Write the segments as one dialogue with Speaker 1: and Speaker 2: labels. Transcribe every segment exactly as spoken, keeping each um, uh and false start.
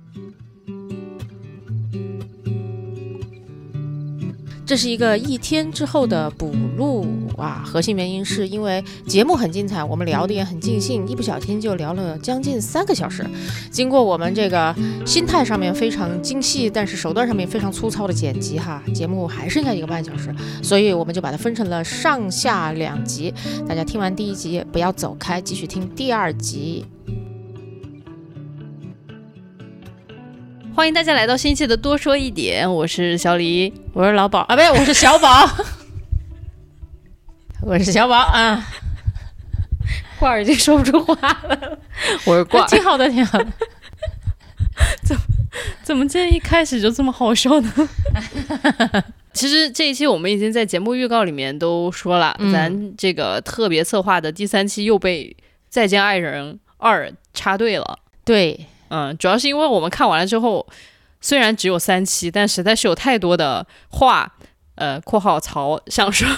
Speaker 1: 这是一个一天之后的补录啊，核心原因是因为节目很精彩，我们聊的也很尽兴，一不小心就聊了将近三个小时。经过我们这个心态上面非常精细，但是手段上面非常粗糙的剪辑哈，节目还剩下一个半小时，所以我们就把它分成了上下两集。大家听完第一集不要走开，继续听第二集。
Speaker 2: 欢迎大家来到新一期的多说一点，我是小李，
Speaker 1: 我是老宝啊，不是，我是小宝，我是小宝啊。
Speaker 2: 挂儿已经说不出话了，我是挂儿，
Speaker 1: 挺好的，挺好的。
Speaker 2: 怎么怎么今天一开始就这么好笑呢？其实这一期我们已经在节目预告里面都说了，嗯、咱这个特别策划的第三期又被《再见爱人二》插队了。
Speaker 1: 对。
Speaker 2: 嗯，主要是因为我们看完了之后，虽然只有三期，但实在是有太多的话，呃，括号槽想说，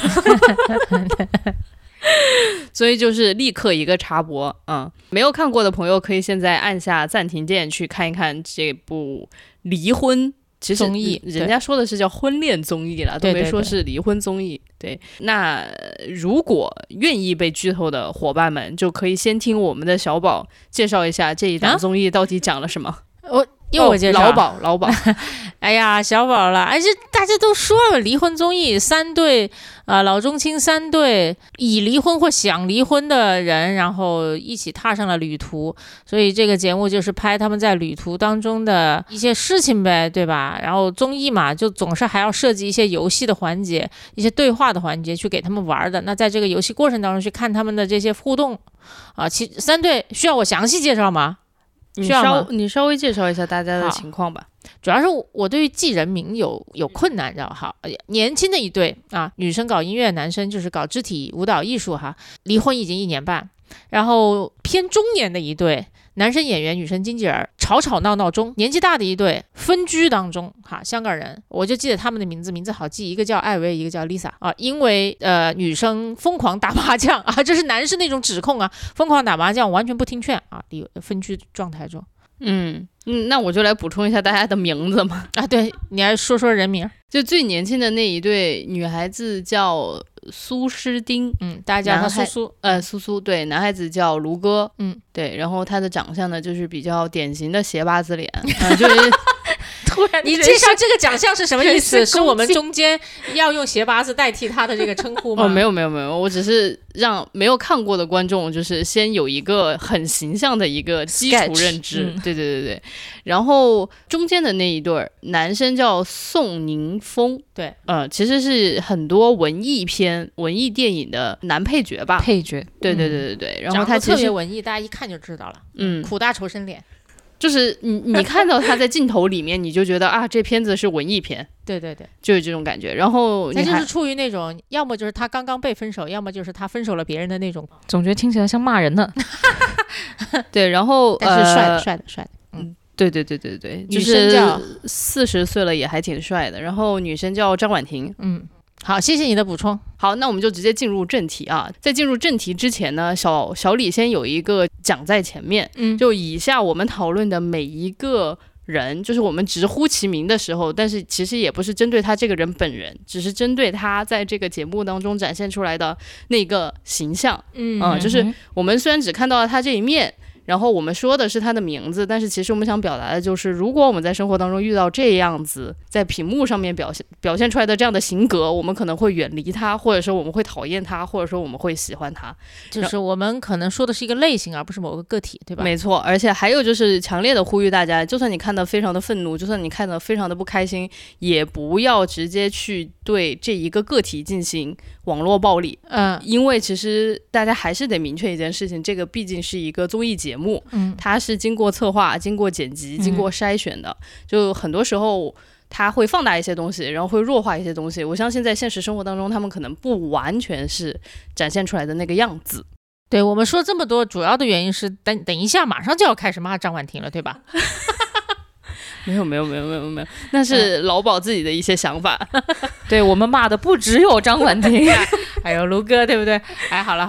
Speaker 2: 所以就是立刻一个插播。嗯，没有看过的朋友可以现在按下暂停键去看一看这部离婚其实
Speaker 1: 综艺，
Speaker 2: 人家说的是叫婚恋综艺了，都没说是离婚综艺。对，那如果愿意被剧透的伙伴们，就可以先听我们的小宝介绍一下这一档综艺到底讲了什么。
Speaker 1: 我、啊、又我介绍、
Speaker 2: 哦、老宝，老宝。
Speaker 1: 哎呀，小宝了，哎，这大家都说了，离婚综艺三对啊、呃，老中青三对已离婚或想离婚的人，然后一起踏上了旅途，所以这个节目就是拍他们在旅途当中的一些事情呗，对吧？然后综艺嘛，就总是还要设计一些游戏的环节，一些对话的环节去给他们玩的。那在这个游戏过程当中去看他们的这些互动啊，其三对需要我详细介绍吗？
Speaker 2: 你稍你稍微介绍一下大家的情况吧。
Speaker 1: 主要是我对于记人名有有困难，知道哈？年轻的一对啊，女生搞音乐，男生就是搞肢体舞蹈艺术哈，离婚已经一年半。然后偏中年的一对，男生演员，女生经纪人，吵吵闹闹中。年纪大的一对分居当中哈，香港人，我就记得他们的名字，名字好记，一个叫艾薇，一个叫 Lisa 啊。因为呃女生疯狂打麻将啊，这是男生那种指控啊，疯狂打麻将完全不听劝啊，分居状态中。
Speaker 2: 嗯嗯，那我就来补充一下大家的名字嘛。
Speaker 1: 啊，对，你来说说人名。
Speaker 2: 就最年轻的那一对女孩子叫苏诗丁，
Speaker 1: 嗯，大家叫她苏苏，
Speaker 2: 呃，苏苏，对，男孩子叫卢哥，
Speaker 1: 嗯，
Speaker 2: 对，然后他的长相呢，就是比较典型的斜八字脸，啊，就是
Speaker 1: 突然你介绍这个奖项是什么意思？是我们中间要用斜八字代替他的这个称呼吗？
Speaker 2: 哦，没有没有没有，我只是让没有看过的观众就是先有一个很形象的一个基础认知，嗯、对对对对。然后中间的那一对男生叫宋宁峰，
Speaker 1: 对，
Speaker 2: 呃，其实是很多文艺片、文艺电影的男配角吧，
Speaker 1: 配角，
Speaker 2: 对对对对对。嗯、然后他其实
Speaker 1: 特别文艺，大家一看就知道了，嗯，苦大仇深脸。
Speaker 2: 就是你你看到他在镜头里面，你就觉得啊，这片子是文艺片，
Speaker 1: 对对对，
Speaker 2: 就是这种感觉。然后
Speaker 1: 他就是处于那种，要么就是他刚刚被分手，要么就是他分手了别人的那种，
Speaker 3: 总觉得听起来像骂人的。
Speaker 2: 对，然后
Speaker 1: 但是帅的、呃、帅的帅的，嗯，
Speaker 2: 对对对对对，
Speaker 1: 女生叫
Speaker 2: 四十岁了也还挺帅的。然后女生叫张婉婷，
Speaker 1: 嗯。好，谢谢你的补充。
Speaker 2: 好，那我们就直接进入正题啊。在进入正题之前呢，小小李先有一个讲在前面，嗯，就以下我们讨论的每一个人，就是我们直呼其名的时候，但是其实也不是针对他这个人本人，只是针对他在这个节目当中展现出来的那个形象，嗯、呃，就是我们虽然只看到了他这一面。然后我们说的是他的名字，但是其实我们想表达的就是，如果我们在生活当中遇到这样子在屏幕上面表现表现出来的这样的性格，我们可能会远离他，或者说我们会讨厌他，或者说我们会喜欢他。
Speaker 1: 就是我们可能说的是一个类型，而不是某个个体，对吧？
Speaker 2: 没错，而且还有就是强烈的呼吁大家，就算你看得非常的愤怒，就算你看得非常的不开心，也不要直接去对这一个个体进行网络暴力。嗯，因为其实大家还是得明确一件事情，这个毕竟是一个综艺节目。嗯，它是经过策划、经过剪辑、经过筛选的，嗯、就很多时候它会放大一些东西，然后会弱化一些东西。我相信在现实生活当中，他们可能不完全是展现出来的那个样子。
Speaker 1: 对，我们说这么多，主要的原因是等等一下马上就要开始骂张婉婷了，对吧？
Speaker 2: 没有没有没有没有没有，那是老宝自己的一些想法。
Speaker 3: 对，我们骂的不只有张婉婷，
Speaker 1: 还有卢哥，对不对？哎，好了好了。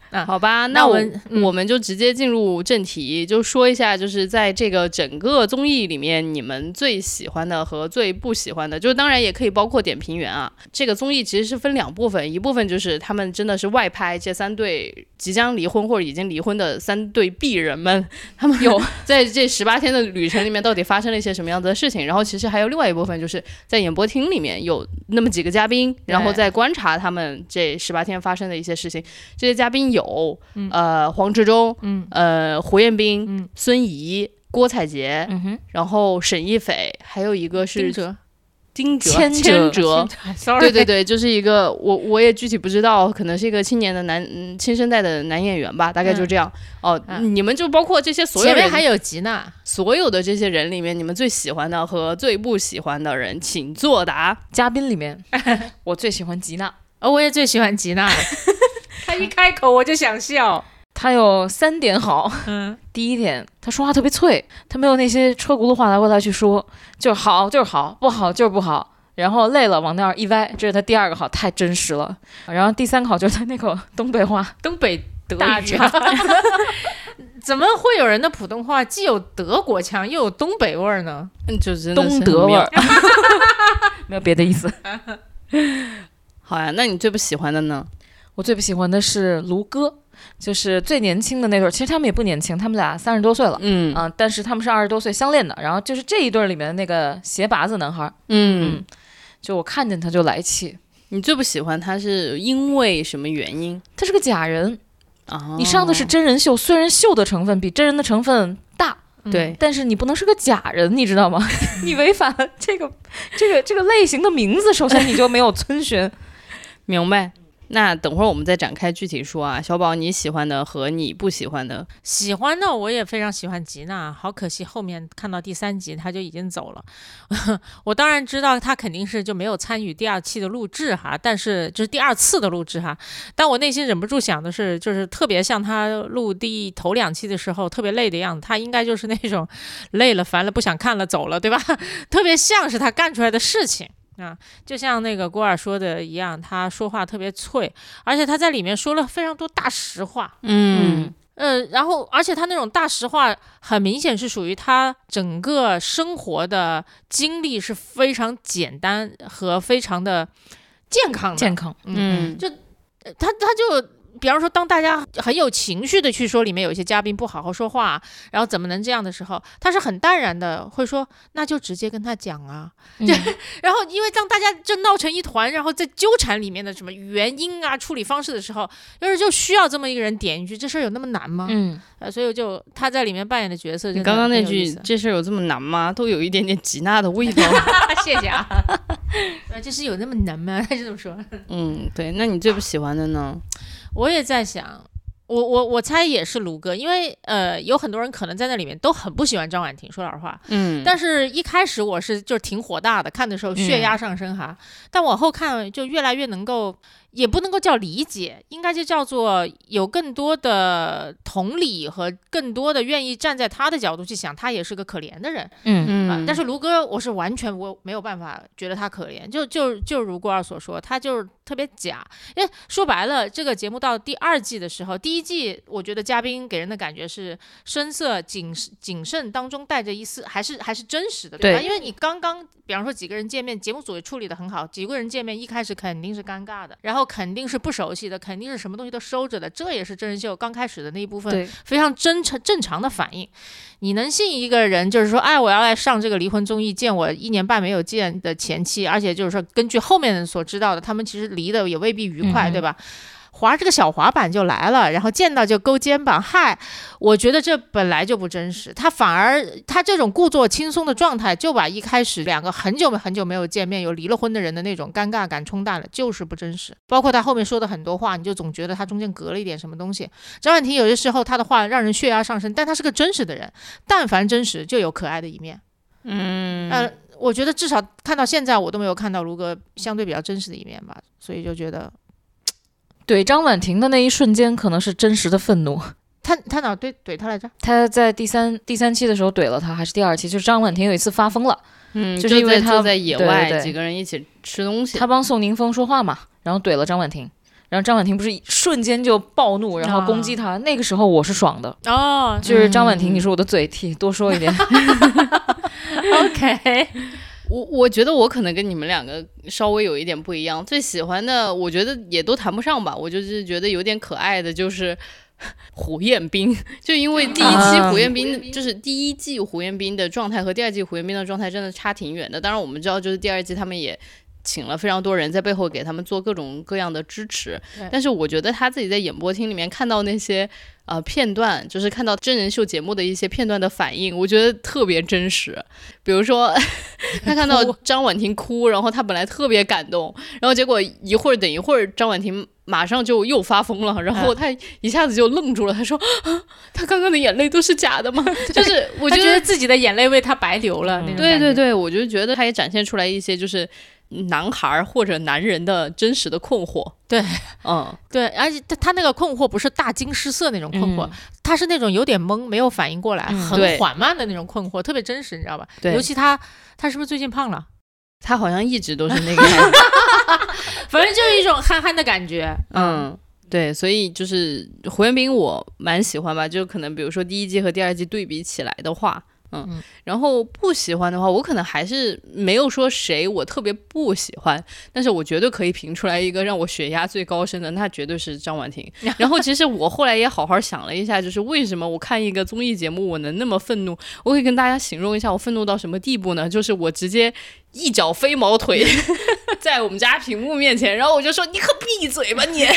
Speaker 1: 啊、
Speaker 2: 好吧，那我们、嗯、我们就直接进入正题，就说一下，就是在这个整个综艺里面，你们最喜欢的和最不喜欢的，就当然也可以包括点评员啊。这个综艺其实是分两部分，一部分就是他们真的是外拍这三对即将离婚或者已经离婚的三对璧人们，他们有在这十八天的旅程里面到底发生了一些什么样子的事情。然后其实还有另外一部分，就是在演播厅里面有那么几个嘉宾，然后在观察他们这十八天发生的一些事情。这些嘉宾有、嗯、呃黄执中、嗯、呃胡彦斌、嗯、孙怡、郭采洁、嗯、然后沈一斐，还有一个是
Speaker 1: 丁哲
Speaker 2: 丁哲
Speaker 1: 千
Speaker 2: 哲, 哲对对对，就是一个我我也具体不知道，可能是一个青年的男、嗯、新生代的男演员吧，大概就这样、嗯、哦、啊。你们就包括这些所有人，
Speaker 1: 前面还有吉娜，
Speaker 2: 所有的这些人里面，你们最喜欢的和最不喜欢的人，请作答。
Speaker 3: 嘉宾里面，我最喜欢吉娜，
Speaker 1: 哦，我也最喜欢吉娜。他一开口我就想笑。
Speaker 3: 他有三点好，嗯，第一点，他说话特别脆，他没有那些车轱辘话来回来去说，就是好就是好，不好就是不好，然后累了往那儿一歪，这是他第二个好，太真实了。然后第三个好就是他那个东北话，
Speaker 1: 东北德语啊，怎么会有人的普通话既有德国腔又有东北味儿呢？
Speaker 2: 就真的是
Speaker 3: 东德味儿，没有别的意思。
Speaker 2: 好呀，那你最不喜欢的呢？
Speaker 3: 我最不喜欢的是卢哥。就是最年轻的那对，其实他们也不年轻，他们俩三十多岁了，嗯啊，但是他们是二十多岁相恋的。然后就是这一对里面的那个鞋拔子男孩，嗯, 嗯，就我看见他就来气。
Speaker 2: 你最不喜欢他是因为什么原因？
Speaker 3: 他是个假人啊！你上的是真人秀，虽然秀的成分比真人的成分大，
Speaker 2: 对、
Speaker 3: 嗯，但是你不能是个假人，你知道吗？你违反了这个这个这个类型的名字，首先你就没有遵循。
Speaker 2: 明白。那等会儿我们再展开具体说啊，小宝你喜欢的和你不喜欢的。
Speaker 1: 喜欢的我也非常喜欢吉娜，好可惜后面看到第三集他就已经走了。我当然知道他肯定是就没有参与第二期的录制哈，但是就是第二次的录制哈，但我内心忍不住想的是，就是特别像他录第头两期的时候特别累的样子，他应该就是那种累了烦了不想看了走了，对吧？特别像是他干出来的事情啊，就像那个郭尔说的一样，他说话特别脆，而且他在里面说了非常多大实话，嗯呃，然后而且他那种大实话很明显是属于他整个生活的经历是非常简单和非常的健康的，
Speaker 3: 健康，
Speaker 1: 嗯，就他他就。比方说当大家很有情绪的去说里面有一些嘉宾不好好说话，然后怎么能这样的时候，他是很淡然的会说那就直接跟他讲啊、嗯、然后因为当大家就闹成一团，然后在纠缠里面的什么原因啊处理方式的时候，要是就需要这么一个人点一句，这事儿有那么难吗？嗯、呃，所以就他在里面扮演的角色，
Speaker 2: 你刚刚那句这事儿有这么难吗都有一点点吉娜的味道。
Speaker 1: 谢谢啊。这是有那么难吗？他是这么说。
Speaker 2: 嗯，对，那你最不喜欢的呢？
Speaker 1: 我也在想，我我我猜也是卢哥，因为呃有很多人可能在那里面都很不喜欢张婉婷，说老实话，嗯，但是一开始我是就是挺火大的，看的时候血压上升哈，嗯、但往后看就越来越能够，也不能够叫理解，应该就叫做有更多的同理和更多的愿意站在他的角度去想，他也是个可怜的人，嗯嗯、呃，但是卢哥我是完全我没有办法觉得他可怜，就就就如郭二所说，他就是特别假，因为说白了，这个节目到第二季的时候，第一季我觉得嘉宾给人的感觉是深色谨谨慎当中带着一丝还是还是真实的，对吧？对，因为你刚刚比方说几个人见面，节目组也处理得很好，几个人见面一开始肯定是尴尬的，然后肯定是不熟悉的，肯定是什么东西都收着的，这也是真人秀刚开始的那一部分非常真诚正常的反应。你能信一个人就是说，哎，我要来上这个离婚综艺，见我一年半没有见的前妻，而且就是说根据后面人所知道的，他们其实离得也未必愉快，嗯、对吧？滑这个小滑板就来了，然后见到就勾肩膀，嗨，我觉得这本来就不真实，他反而他这种故作轻松的状态，就把一开始两个很久很久没有见面有离了婚的人的那种尴尬感冲淡了，就是不真实。包括他后面说的很多话，你就总觉得他中间隔了一点什么东西。张婉婷有些时候他的话让人血压上升，但他是个真实的人，但凡真实就有可爱的一面。嗯，呃，我觉得至少看到现在我都没有看到卢哥相对比较真实的一面吧，所以就觉得。
Speaker 3: 怼张婉婷的那一瞬间可能是真实的愤怒。
Speaker 1: 他他哪怼怼他来着？
Speaker 3: 他在第三第三期的时候怼了他，还是第二期？就是张婉婷有一次发疯了，
Speaker 2: 嗯，
Speaker 3: 就是因为他
Speaker 2: 在野外
Speaker 3: 对对对
Speaker 2: 几个人一起吃东西，
Speaker 3: 他帮宋宁峰说话嘛，然后怼了张婉婷， 然后张婉婷不是瞬间就暴怒，然后攻击他，哦、那个时候我是爽的
Speaker 1: 哦，
Speaker 3: 就是张婉婷，你是我的嘴替，多说一点。
Speaker 1: OK。
Speaker 2: 我我觉得我可能跟你们两个稍微有一点不一样，最喜欢的我觉得也都谈不上吧，我就是觉得有点可爱的就是胡彦斌，就因为第一期胡彦斌、啊、就是第一季胡彦斌的状态和第二季胡彦斌的状态真的差挺远的，当然我们知道就是第二季他们也请了非常多人在背后给他们做各种各样的支持，但是我觉得他自己在演播厅里面看到那些呃片段，就是看到真人秀节目的一些片段的反应，我觉得特别真实。比如说他看到张婉婷哭，然后他本来特别感动，然后结果一会儿等一会儿张婉婷马上就又发疯了，然后他一下子就愣住了，他说啊，他刚刚的眼泪都是假的吗？就是我觉得
Speaker 1: 他觉得自己的眼泪为他白流了、嗯、那种感觉。
Speaker 2: 对对对，我就觉得他也展现出来一些就是男孩或者男人的真实的困惑。
Speaker 1: 对，
Speaker 2: 嗯，
Speaker 1: 对，而且他他那个困惑不是大惊失色那种困惑，嗯、他是那种有点懵，没有反应过来，嗯、很缓慢的那种困惑，特别真实，你知道吧？
Speaker 2: 对，
Speaker 1: 尤其他他是不是最近胖了？
Speaker 2: 他好像一直都是那个样子，
Speaker 1: 反正就是一种憨憨的感觉。
Speaker 2: 嗯，对，所以就是胡彦斌我蛮喜欢吧，就可能比如说第一季和第二季对比起来的话。嗯，嗯然后不喜欢的话，我可能还是没有说谁我特别不喜欢，但是我绝对可以评出来一个让我血压最高深的，那绝对是张婉婷。然后其实我后来也好好想了一下，就是为什么我看一个综艺节目我能那么愤怒，我可以跟大家形容一下我愤怒到什么地步呢？就是我直接一脚飞毛腿在我们家屏幕面前，然后我就说你可闭嘴吧你。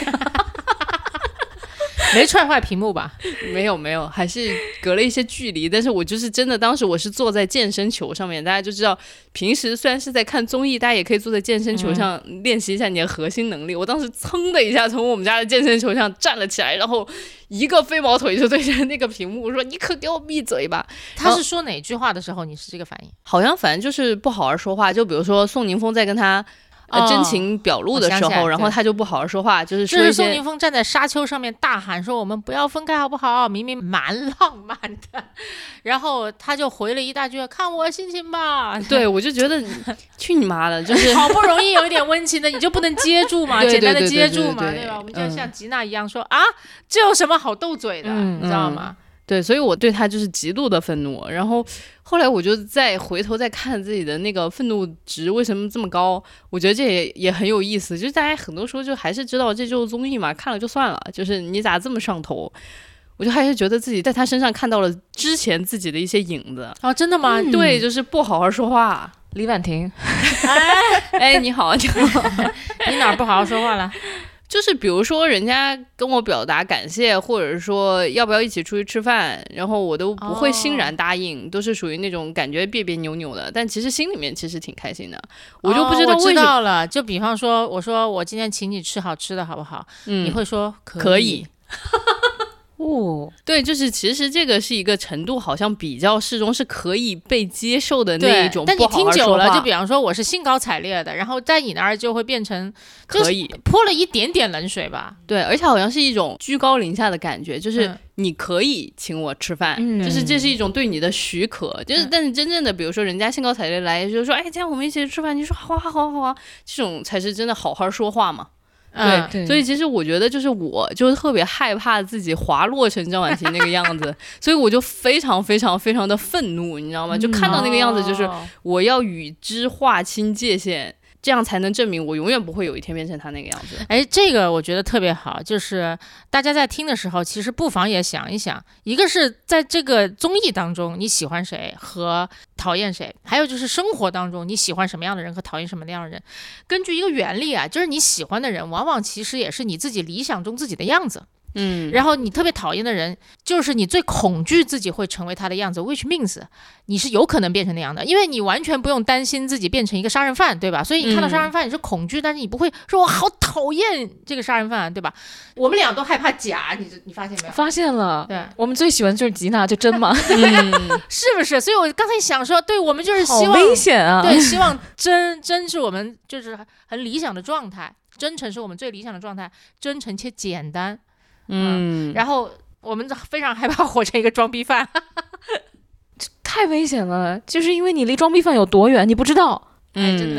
Speaker 1: 没踹坏屏幕吧？
Speaker 2: 没有没有，还是隔了一些距离。但是我就是真的，当时我是坐在健身球上面，大家就知道，平时虽然是在看综艺，大家也可以坐在健身球上练习一下你的核心能力。嗯、我当时噌的一下从我们家的健身球上站了起来，然后一个飞毛腿就对着那个屏幕说：“你可给我闭嘴吧！”
Speaker 1: 他是说哪句话的时候你是这个反应？
Speaker 2: 好像反正就是不好好说话，就比如说宋宁峰在跟他。呃，真情表露的时候，然后他就不好好说话，就是说一些。
Speaker 1: 就是宋宁峰站在沙丘上面大喊说：“我们不要分开，好不好？”明明蛮浪漫的，然后他就回了一大句：“看我心情吧。”
Speaker 2: 对，我就觉得去你妈的，就是
Speaker 1: 好不容易有一点温情的，你就不能接住嘛？简单的接住嘛，对吧？我们就像吉娜一样说、嗯、啊，这有什么好斗嘴的，嗯、你知道吗？
Speaker 2: 对，所以我对他就是极度的愤怒，然后后来我就再回头再看自己的那个愤怒值为什么这么高，我觉得这也也很有意思，就是大家很多时候就还是知道这就是综艺嘛，看了就算了，就是你咋这么上头，我就还是觉得自己在他身上看到了之前自己的一些影子。
Speaker 1: 哦，真的吗？
Speaker 2: 嗯、对，就是不好好说话。
Speaker 3: 李婉婷，
Speaker 2: 哎哎，你好，你好，
Speaker 1: 你哪儿不好好说话了？
Speaker 2: 就是比如说人家跟我表达感谢，或者说要不要一起出去吃饭，然后我都不会欣然答应、哦、都是属于那种感觉别别扭扭的，但其实心里面其实挺开心的。我就不知道为什么、哦、
Speaker 1: 我知道了，就比方说我说我今天请你吃好吃的好不好、嗯、你会说可以，
Speaker 2: 可以
Speaker 3: 哦，
Speaker 2: 对，就是其实这个是一个程度好像比较适中，是可以被接受的那一种不好好说话。
Speaker 1: 但你听久了，就比方说我是兴高采烈的，然后在你那儿就会变成
Speaker 2: 可以
Speaker 1: 泼了一点点冷水吧。
Speaker 2: 对，而且好像是一种居高临下的感觉，就是你可以请我吃饭、嗯、就是这是一种对你的许可、嗯、就是但是真正的比如说人家兴高采烈来就说哎，今天我们一起吃饭，你说好啊好啊好啊，这种才是真的好好说话嘛。对、嗯、对，所以其实我觉得就是我就特别害怕自己滑落成张婉婷那个样子所以我就非常非常非常的愤怒，你知道吗？就看到那个样子，就是我要与之划清界限，这样才能证明我永远不会有一天变成他那个样子。
Speaker 1: 哎，这个我觉得特别好，就是大家在听的时候其实不妨也想一想，一个是在这个综艺当中你喜欢谁和讨厌谁，还有就是生活当中你喜欢什么样的人和讨厌什么样的人。根据一个原理啊，就是你喜欢的人往往其实也是你自己理想中自己的样子，嗯，然后你特别讨厌的人就是你最恐惧自己会成为他的样子 which means 你是有可能变成那样的，因为你完全不用担心自己变成一个杀人犯，对吧？所以你看到杀人犯你是恐惧、嗯、但是你不会说我好讨厌这个杀人犯，对吧？我们俩都害怕假，你你发现没有？
Speaker 3: 发现了，
Speaker 1: 对，
Speaker 3: 我们最喜欢就是吉娜，就真嘛、
Speaker 1: 嗯、是不是？所以我刚才想说，对，我们就是希望
Speaker 3: 好危险啊，
Speaker 1: 对，希望真真是我们就是很理想的状态，真诚是我们最理想的状态，真诚且简单。嗯，然后我们非常害怕活成一个装逼犯
Speaker 3: 太危险了，就是因为你离装逼犯有多远你不知道。
Speaker 1: 哎，真的、嗯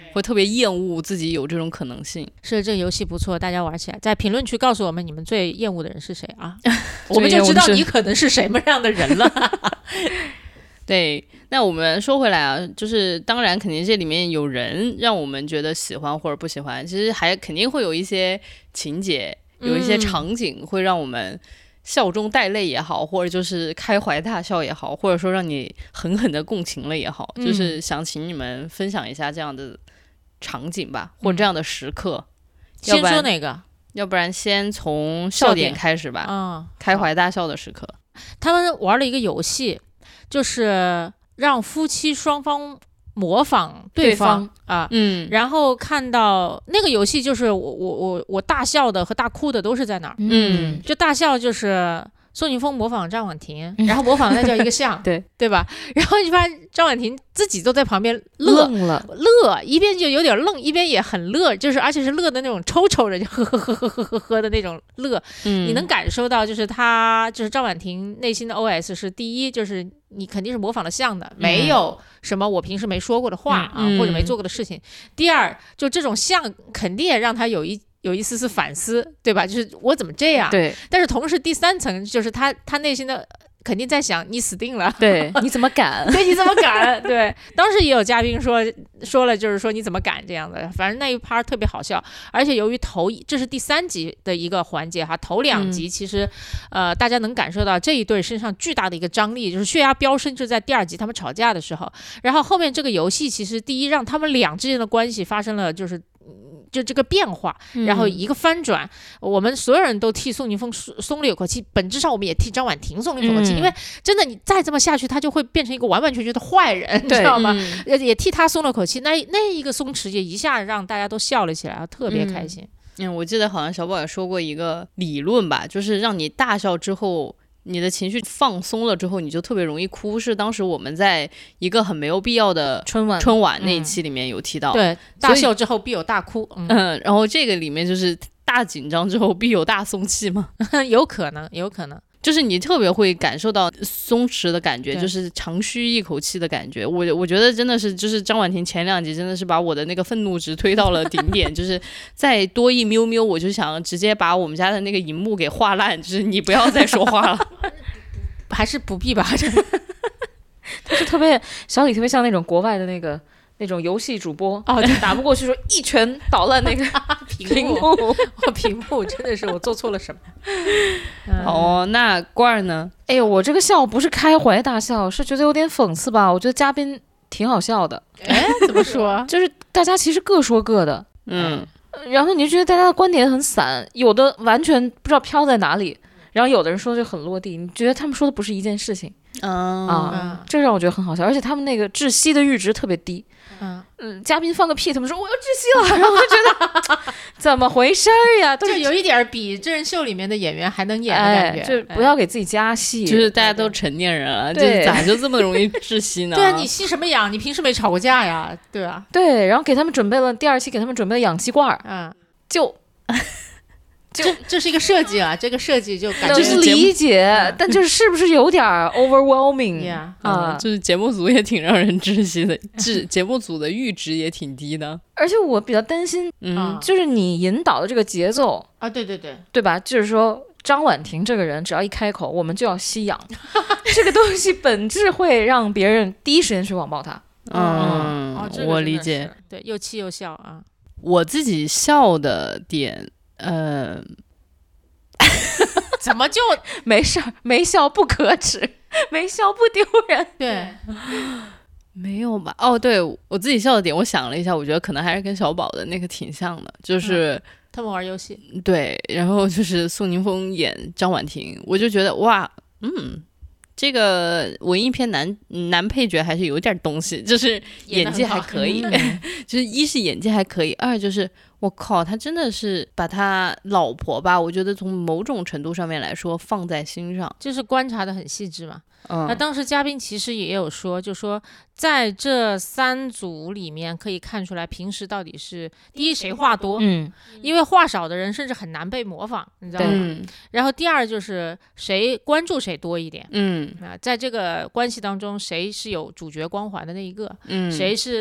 Speaker 2: 会特别厌恶自己有这种可能性。
Speaker 1: 是，这个游戏不错，大家玩起来，在评论区告诉我们你们最厌恶的人是谁啊？我们就知道你可能是什么样的人了。
Speaker 2: 对，那我们说回来啊，就是当然肯定这里面有人让我们觉得喜欢或者不喜欢，其实还肯定会有一些情节，有一些场景会让我们笑中带泪也好，或者就是开怀大笑也好，或者说让你狠狠的共情了也好，嗯、就是想请你们分享一下这样的场景吧，或者这样的时刻。
Speaker 1: 先说哪个？
Speaker 2: 要不然先从笑点开始吧。
Speaker 1: 啊，
Speaker 2: 开怀大笑的时刻。
Speaker 1: 他们玩了一个游戏，就是让夫妻双方模仿对方, 对方啊，
Speaker 2: 嗯，
Speaker 1: 然后看到那个游戏就是我我我我大笑的和大哭的都是在哪儿，
Speaker 2: 嗯，
Speaker 1: 就大笑就是宋宁峰模仿张婉婷，然后模仿那叫一个像，
Speaker 3: 对
Speaker 1: 对吧？然后你发现张婉婷自己都在旁边乐
Speaker 3: 了，
Speaker 1: 乐一边就有点愣，一边也很乐，就是而且是乐的那种抽抽着就呵呵呵呵呵呵呵的那种乐，
Speaker 2: 嗯，
Speaker 1: 你能感受到就是他就是张婉婷内心的 O S 是第一就是你肯定是模仿的像的，嗯、没有什么我平时没说过的话、嗯、啊，或者没做过的事情。第二，就这种像肯定也让他有一。有一丝丝反思，对吧？就是我怎么这样？
Speaker 3: 对。
Speaker 1: 但是同时，第三层就是他他内心的肯定在想，你死定了。
Speaker 3: 对，你怎么敢？
Speaker 1: 对，你怎么敢？对，当时也有嘉宾说说了，就是说你怎么敢这样的？反正那一趴特别好笑，而且由于头这是第三集的一个环节哈，头两集其实、嗯、呃大家能感受到这一对身上巨大的一个张力，就是血压飙升，就在第二集他们吵架的时候，然后后面这个游戏其实第一让他们俩之间的关系发生了就是。就这个变化，然后一个翻转、嗯、我们所有人都替宋宁峰松了一口气，本质上我们也替张婉婷松了一口气、嗯、因为真的你再这么下去他就会变成一个完完全全的坏人，你知道吗、嗯、也替他松了口气，那那一个松弛也一下让大家都笑了起来，特别开心。
Speaker 2: 嗯, 嗯我记得好像小宝也说过一个理论吧，就是让你大笑之后你的情绪放松了之后你就特别容易哭，是当时我们在一个很没有必要的
Speaker 3: 春晚
Speaker 2: 春晚那一期里面有提到、
Speaker 1: 嗯、对，大笑之后必有大哭。 嗯,
Speaker 2: 嗯，然后这个里面就是大紧张之后必有大松气嘛
Speaker 1: 有可能有可能
Speaker 2: 就是你特别会感受到松弛的感觉，就是长吁一口气的感觉。我我觉得真的是，就是张婉婷前两集真的是把我的那个愤怒值推到了顶点，就是再多一喵喵，我就想直接把我们家的那个荧幕给划烂，就是你不要再说话了。
Speaker 1: 还是不必吧。
Speaker 3: 他是特别小李，特别像那种国外的那个。那种游戏主播
Speaker 1: 哦，
Speaker 3: 打不过去说一拳倒烂那个
Speaker 1: 屏幕，我屏幕真的是我做错了什么？
Speaker 2: 嗯、哦，那罐儿呢？
Speaker 3: 哎呦，我这个笑不是开怀大笑，是觉得有点讽刺吧？我觉得嘉宾挺好笑的。
Speaker 1: 哎，怎么说？
Speaker 3: 就是大家其实各说各的，
Speaker 2: 嗯，
Speaker 3: 然后你就觉得大家的观点很散，有的完全不知道飘在哪里，然后有的人说就很落地，你觉得他们说的不是一件事情。
Speaker 2: 嗯
Speaker 3: 啊，这让我觉得很好笑，而且他们那个窒息的阈值特别低。
Speaker 1: 嗯
Speaker 3: 嗯，嘉宾放个屁，他们说我要窒息了，然后我就觉得怎么回事儿呀？
Speaker 1: 就有一点比真人秀里面的演员还能演的感觉，
Speaker 3: 哎、就不要给自己加戏。
Speaker 2: 就是大家都成年人了，就是咋就这么容易窒息呢？
Speaker 1: 对啊，你吸什么氧？你平时没吵过架呀？对啊，
Speaker 3: 对，然后给他们准备了第二期，给他们准备了氧气罐，
Speaker 1: 嗯，
Speaker 3: 就。
Speaker 1: 这这是一个设计啊，这个设计就感觉
Speaker 3: 就是理解，嗯、但就是是不是有点 overwhelming、
Speaker 1: yeah,
Speaker 3: 啊、
Speaker 2: 嗯？就是节目组也挺让人窒息的，质节目组的阈值也挺低的。
Speaker 3: 而且我比较担心，
Speaker 2: 嗯，
Speaker 3: 就是你引导的这个节奏
Speaker 1: 啊，对对对，
Speaker 3: 对吧？就是说张婉婷这个人，只要一开口，我们就要吸氧，这个东西本质会让别人第一时间去网暴他。
Speaker 2: 嗯，
Speaker 1: 哦这个、
Speaker 2: 我理解，
Speaker 1: 对，又气又笑啊。
Speaker 2: 我自己笑的点。呃，
Speaker 1: 怎么就
Speaker 3: 没事儿？没笑不可耻，没笑不丢人。
Speaker 1: 对，
Speaker 2: 没有吧？哦，对我自己笑的点，我想了一下，我觉得可能还是跟小宝的那个挺像的，就是、
Speaker 1: 嗯、他们玩游戏，
Speaker 2: 对，然后就是宋宁峰演张婉婷，我就觉得哇，嗯。这个文艺片男男配角还是有点东西，就是演技还可以，就是一是演技还可以，二就是我靠，他真的是把他老婆吧，我觉得从某种程度上面来说放在心上，
Speaker 1: 就是观察的很细致嘛。
Speaker 2: 嗯，
Speaker 1: 那当时嘉宾其实也有说，就说在这三组里面可以看出来，平时到底是第一谁话多，
Speaker 3: 嗯，
Speaker 1: 因为话少的人甚至很难被模仿，你知道吗？
Speaker 2: 嗯、
Speaker 1: 然后第二就是谁关注谁多一点，
Speaker 2: 嗯
Speaker 1: 啊，在这个关系当中，谁是有主角光环的那一个，
Speaker 2: 嗯，
Speaker 1: 谁是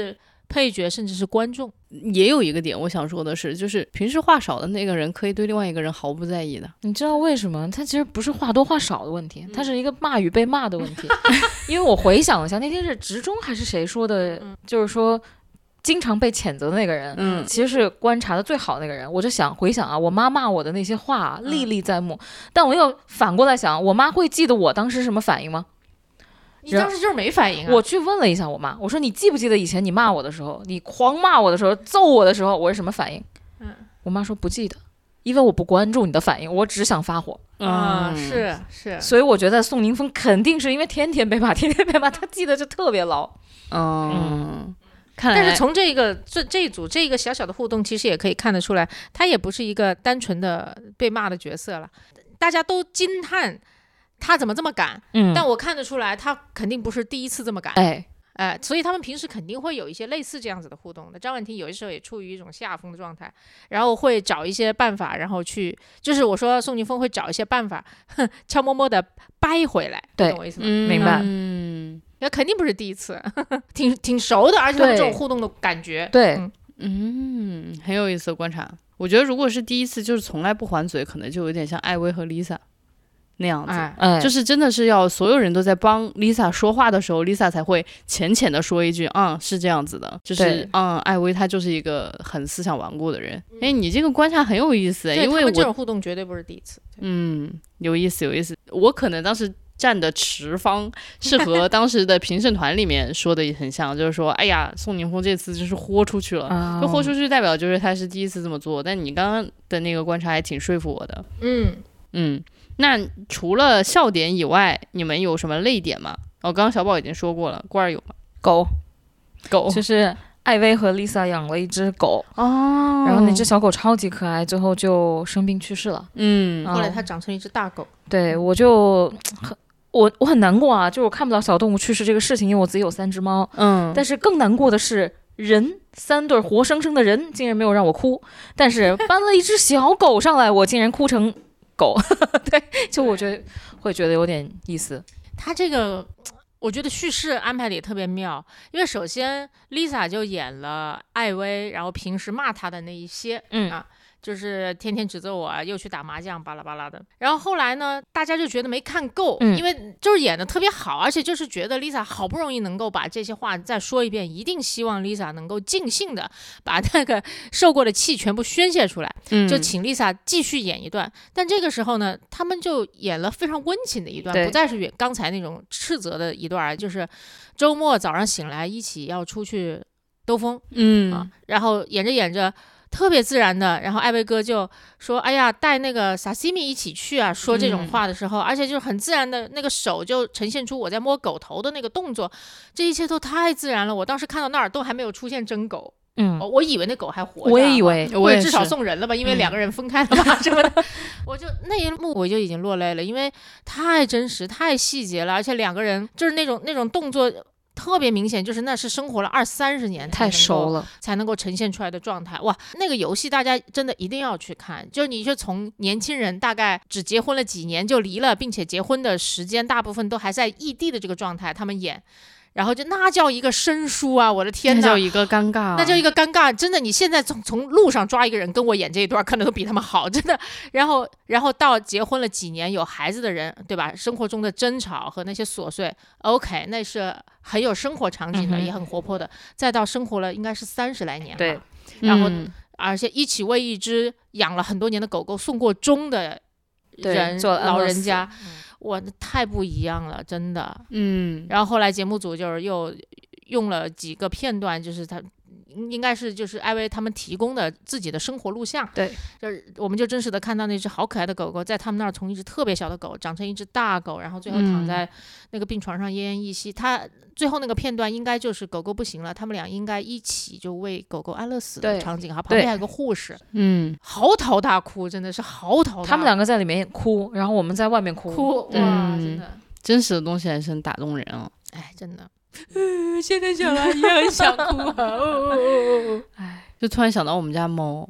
Speaker 1: 配角甚至是观众。
Speaker 2: 也有一个点我想说的是，就是平时话少的那个人可以对另外一个人毫不在意的。
Speaker 3: 你知道为什么？他其实不是话多话少的问题，他是一个骂与被骂的问题。因为我回想一下，那天是职中还是谁说的，就是说经常被谴责的那个人，嗯，其实是观察的最好的那个人。我就想回想啊，我妈骂我的那些话历历在目，嗯，但我又反过来想，我妈会记得我当时什么反应吗？
Speaker 1: 你当时就是没反应啊！
Speaker 3: 我去问了一下我妈，我说你记不记得以前你骂我的时候，你狂骂我的时候，揍我的时候，我是什么反应？嗯，我妈说不记得，因为我不关注你的反应，我只想发火。
Speaker 1: 啊、嗯，是是，
Speaker 3: 所以我觉得宋宁峰肯定是因为天天被骂，天天被骂，他记得就特别牢。
Speaker 2: 嗯。嗯，看来
Speaker 1: 但是从这个这这一组这个小小的互动，其实也可以看得出来，他也不是一个单纯的被骂的角色了。大家都惊叹他怎么这么敢，嗯，但我看得出来，他肯定不是第一次这么敢，哎，哎、呃，所以他们平时肯定会有一些类似这样子的互动的。张婉婷有的时候也处于一种下风的状态，然后会找一些办法，然后去，就是我说宋宁峰会找一些办法，哼，悄摸摸的掰回来，
Speaker 3: 对，
Speaker 1: 懂我意思吗？
Speaker 3: 嗯，明白。
Speaker 1: 嗯，那肯定不是第一次，呵呵挺挺熟的，而且他们这种互动的感觉，
Speaker 3: 对，
Speaker 1: 嗯，
Speaker 2: 嗯，很有意思的观察。我觉得如果是第一次，就是从来不还嘴，可能就有点像艾薇和 Lisa。那样子、哎，就是真的是要所有人都在帮 Lisa 说话的时候 ，Lisa 才会浅浅的说一句，嗯，是这样子的，就是嗯，艾薇她就是一个很思想顽固的人。哎、嗯，你这个观察很有意思，因为我
Speaker 1: 这种互动绝对不是第一次。
Speaker 2: 嗯，有意思，有意思。我可能当时站的持方是和当时的评审团里面说的也很像，就是说，哎呀，宋宁峰这次就是豁出去了，哦、就豁出去代表就是他是第一次这么做。但你刚刚的那个观察还挺说服我的。
Speaker 1: 嗯
Speaker 2: 嗯。那除了笑点以外，你们有什么泪点吗？哦，刚刚小宝已经说过了，罐儿有吗？
Speaker 3: 狗，
Speaker 2: 狗
Speaker 3: 就是艾薇和 Lisa 养了一只狗哦，然后那只小狗超级可爱，最后就生病去世了。
Speaker 1: 嗯，后来它长成一只大狗。
Speaker 3: 对，我就很我我很难过啊，就是我看不到小动物去世这个事情，因为我自己有三只猫。嗯，但是更难过的是，人三对活生生的人竟然没有让我哭，但是搬了一只小狗上来，我竟然哭成。狗对，就我觉得会觉得有点意思。
Speaker 1: 他这个我觉得叙事安排的也特别妙，因为首先 Lisa 就演了艾薇，然后平时骂她的那一些，嗯啊，就是天天指责我又去打麻将巴拉巴拉的。然后后来呢，大家就觉得没看够，嗯、因为就是演的特别好，而且就是觉得 Lisa 好不容易能够把这些话再说一遍，一定希望 Lisa 能够尽兴的把那个受过的气全部宣泄出来，嗯、就请 Lisa 继续演一段。但这个时候呢，他们就演了非常温情的一段，不再是刚才那种斥责的一段，就是周末早上醒来一起要出去兜风，嗯啊，然后演着演着。特别自然的，然后艾薇哥就说：“哎呀，带那个萨西米一起去啊！”说这种话的时候，嗯、而且就是很自然的那个手就呈现出我在摸狗头的那个动作，这一切都太自然了。我当时看到那儿都还没有出现真狗，嗯，我以为那狗还活着，
Speaker 3: 我也以为，
Speaker 1: 或者至少送人了吧，因为两个人分开了嘛，什么的。我就那一幕我就已经落泪了，因为太真实、太细节了，而且两个人就是那种那种动作。特别明显，就是那是生活了二三十年
Speaker 3: 太熟了
Speaker 1: 才能够呈现出来的状态。哇，那个游戏大家真的一定要去看。就是你就从年轻人大概只结婚了几年就离了，并且结婚的时间大部分都还在异地的这个状态，他们演。然后就那叫一个生疏啊！我的天哪，
Speaker 2: 那叫一个尴尬、啊，
Speaker 1: 那叫一个尴尬。真的，你现在从从路上抓一个人跟我演这一段，可能都比他们好，真的。然后，然后到结婚了几年有孩子的人，对吧？生活中的争吵和那些琐碎 ，OK， 那是很有生活场景的，嗯、也很活泼的。再到生活了应该是三十来年吧，
Speaker 3: 对。
Speaker 1: 然后，嗯、而且一起为一只养了很多年的狗狗送过终的人，老人家。哇，那太不一样了，真的。嗯，然后后来节目组就是又用了几个片段，就是他应该是就是艾薇他们提供的自己的生活录像。
Speaker 3: 对，
Speaker 1: 就是我们就真实的看到那只好可爱的狗狗在他们那儿从一只特别小的狗长成一只大狗，然后最后躺在那个病床上奄奄一息。他、嗯、最后那个片段应该就是狗狗不行了，他们俩应该一起就为狗狗安乐死的场景哈，旁边还有个护士，嗯，嚎啕大哭，真的是嚎啕大哭。
Speaker 3: 他们两个在里面哭，然后我们在外面哭，
Speaker 1: 哭哇，真的，
Speaker 2: 真实的东西还是很打动人啊！
Speaker 1: 哎，真的。嗯，现在想来也很想哭啊！哦哦哦哦！哎，
Speaker 2: 就突然想到我们家猫，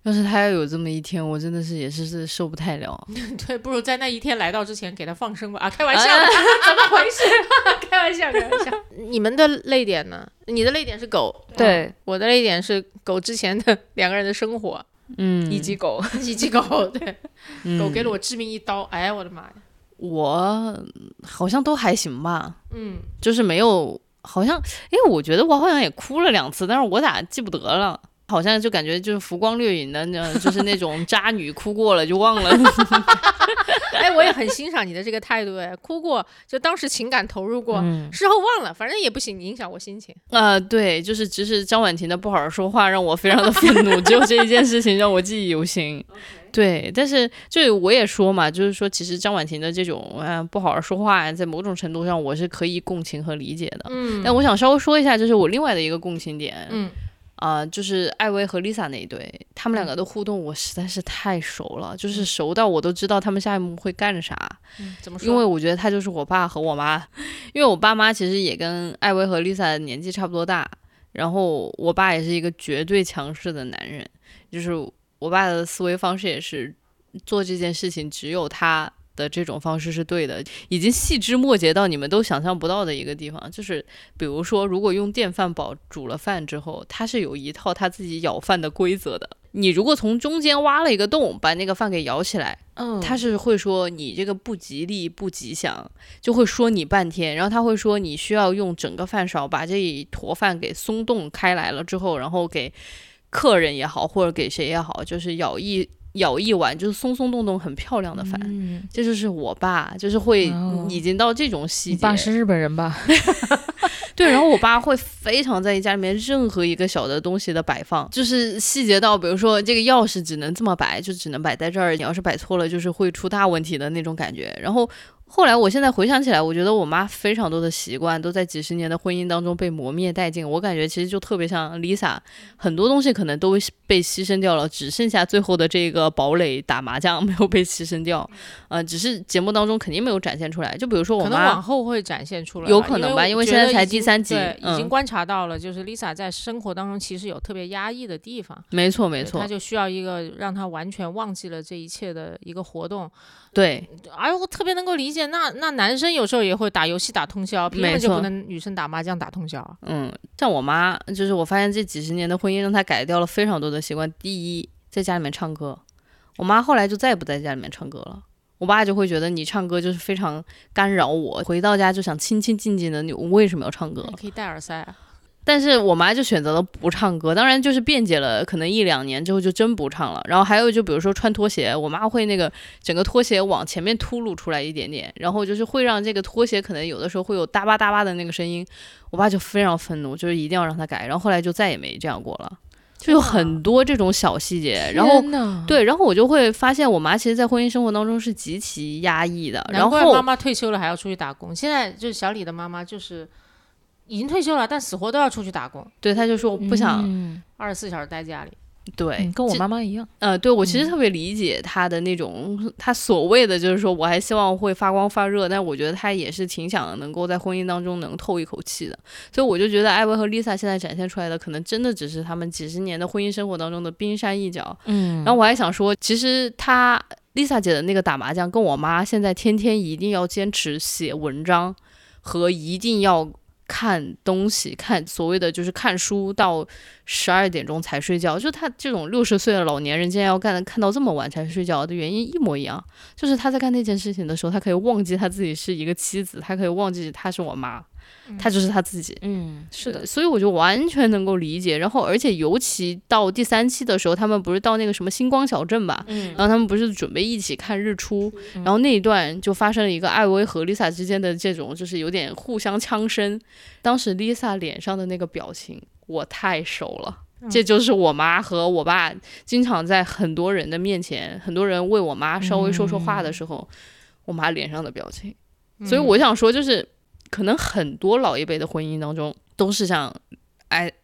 Speaker 2: 要是他要有这么一天，我真的是也是是受不太了。
Speaker 1: 对，不如在那一天来到之前给他放生吧。啊，开玩笑的，啊、怎么回事？开玩笑，开玩笑。你们的泪点呢？你的泪点是狗，
Speaker 3: 对、
Speaker 1: 嗯，我的泪点是狗之前的两个人的生活，
Speaker 2: 嗯，
Speaker 3: 以及狗，
Speaker 1: 以及狗，对，
Speaker 2: 嗯、
Speaker 1: 狗给了我致命一刀，哎，我的妈呀！
Speaker 2: 我好像都还行吧，
Speaker 1: 嗯，
Speaker 2: 就是没有，好像，哎，我觉得我好像也哭了两次，但是我咋记不得了？好像就感觉就是浮光掠影的，就是那种渣女哭过了就忘了。
Speaker 1: 哎，我也很欣赏你的这个态度，哎，哭过就当时情感投入过，嗯、事后忘了，反正也不行，影响我心情。
Speaker 2: 啊、呃，对，就是只是张婉婷的不好好说话让我非常的愤怒，只有这一件事情让我记忆犹新。对，但是就我也说嘛，就是说其实张婉婷的这种啊不好好说话，在某种程度上我是可以共情和理解的。嗯，但我想稍微说一下，就是我另外的一个共情点。嗯。啊、呃，就是艾薇和 Lisa 那一对，他们两个的互动我实在是太熟了，就是熟到我都知道他们下一幕会干啥。
Speaker 1: 嗯，怎么说？
Speaker 2: 因为我觉得他就是我爸和我妈，因为我爸妈其实也跟艾薇和 Lisa 年纪差不多大，然后我爸也是一个绝对强势的男人，就是我爸的思维方式也是做这件事情只有他的这种方式是对的，已经细枝末节到你们都想象不到的一个地方，就是比如说如果用电饭煲煮了饭之后，他是有一套他自己舀饭的规则的，你如果从中间挖了一个洞把那个饭给舀起来，嗯，他是会说你这个不吉利不吉祥，就会说你半天，然后他会说你需要用整个饭勺把这一坨饭给松动开来了之后，然后给客人也好或者给谁也好，就是舀一舀一碗就是松松动动很漂亮的饭、嗯、这就是我爸，就是会已经到这种细节。
Speaker 3: 你爸是日本人吧？
Speaker 2: 对，然后我爸会非常在意家里面任何一个小的东西的摆放，就是细节到比如说这个钥匙只能这么摆，就只能摆在这儿，你要是摆错了就是会出大问题的那种感觉。然后后来我现在回想起来，我觉得我妈非常多的习惯都在几十年的婚姻当中被磨灭殆尽，我感觉其实就特别像 Lisa， 很多东西可能都被牺牲掉了，只剩下最后的这个堡垒打麻将没有被牺牲掉，呃，只是节目当中肯定没有展现出来。就比如说我妈
Speaker 1: 可能往后会展现出来，
Speaker 2: 有可能吧，因为现在才第三集，
Speaker 1: 对、嗯，已经观察到了，就是 Lisa 在生活当中其实有特别压抑的地方。
Speaker 2: 没错没错，
Speaker 1: 她就需要一个让她完全忘记了这一切的一个活动。
Speaker 2: 对，
Speaker 1: 而我特别能够理解，那那男生有时候也会打游戏打通宵，凭什么就不能女生打麻将打通宵？
Speaker 2: 嗯，像我妈，就是我发现这几十年的婚姻让她改掉了非常多的习惯。第一，在家里面唱歌，我妈后来就再也不在家里面唱歌了。我爸就会觉得你唱歌就是非常干扰我，回到家就想清清静静的，你为什么要唱歌？
Speaker 1: 你可以戴耳塞啊。
Speaker 2: 但是我妈就选择了不唱歌，当然就是辩解了，可能一两年之后就真不唱了。然后还有就比如说穿拖鞋，我妈会那个整个拖鞋往前面秃噜出来一点点，然后就是会让这个拖鞋可能有的时候会有哒吧哒吧的那个声音，我爸就非常愤怒，就是一定要让他改。然后后来就再也没这样过了，就有很多这种小细节。然后对，然后我就会发现我妈其实在婚姻生活当中是极其压抑的。
Speaker 1: 难怪妈妈退休了还要出去打工。现在就是小李的妈妈就是已经退休了，但死活都要出去打工。
Speaker 2: 对，他就说我不想
Speaker 1: 二十四小时待家里。
Speaker 2: 对、
Speaker 3: 嗯，跟我妈妈一样。
Speaker 2: 呃，对，我其实特别理解他的那种，嗯、他所谓的就是说我还希望会发光发热，但我觉得他也是挺想能够在婚姻当中能透一口气的。所以我就觉得艾薇和 Lisa 现在展现出来的，可能真的只是他们几十年的婚姻生活当中的冰山一角。嗯，然后我还想说，其实他 Lisa 姐的那个打麻将，跟我妈现在天天一定要坚持写文章和一定要看东西，看所谓的就是看书到十二点钟才睡觉，就他这种六十岁的老年人竟然要干看到这么晚才睡觉的原因一模一样，就是他在干那件事情的时候，他可以忘记他自己是一个妻子，他可以忘记他是我妈，他就是他自己。
Speaker 3: 嗯，是的，
Speaker 2: 所以我就完全能够理解。然后而且尤其到第三期的时候，他们不是到那个什么星光小镇吧、嗯、然后他们不是准备一起看日出、嗯、然后那一段就发生了一个艾薇和 Lisa 之间的这种就是有点互相呛声，当时 Lisa 脸上的那个表情我太熟了、嗯、这就是我妈和我爸经常在很多人的面前，很多人为我妈稍微说说话的时候、嗯、我妈脸上的表情、嗯、所以我想说就是可能很多老一辈的婚姻当中都是像艾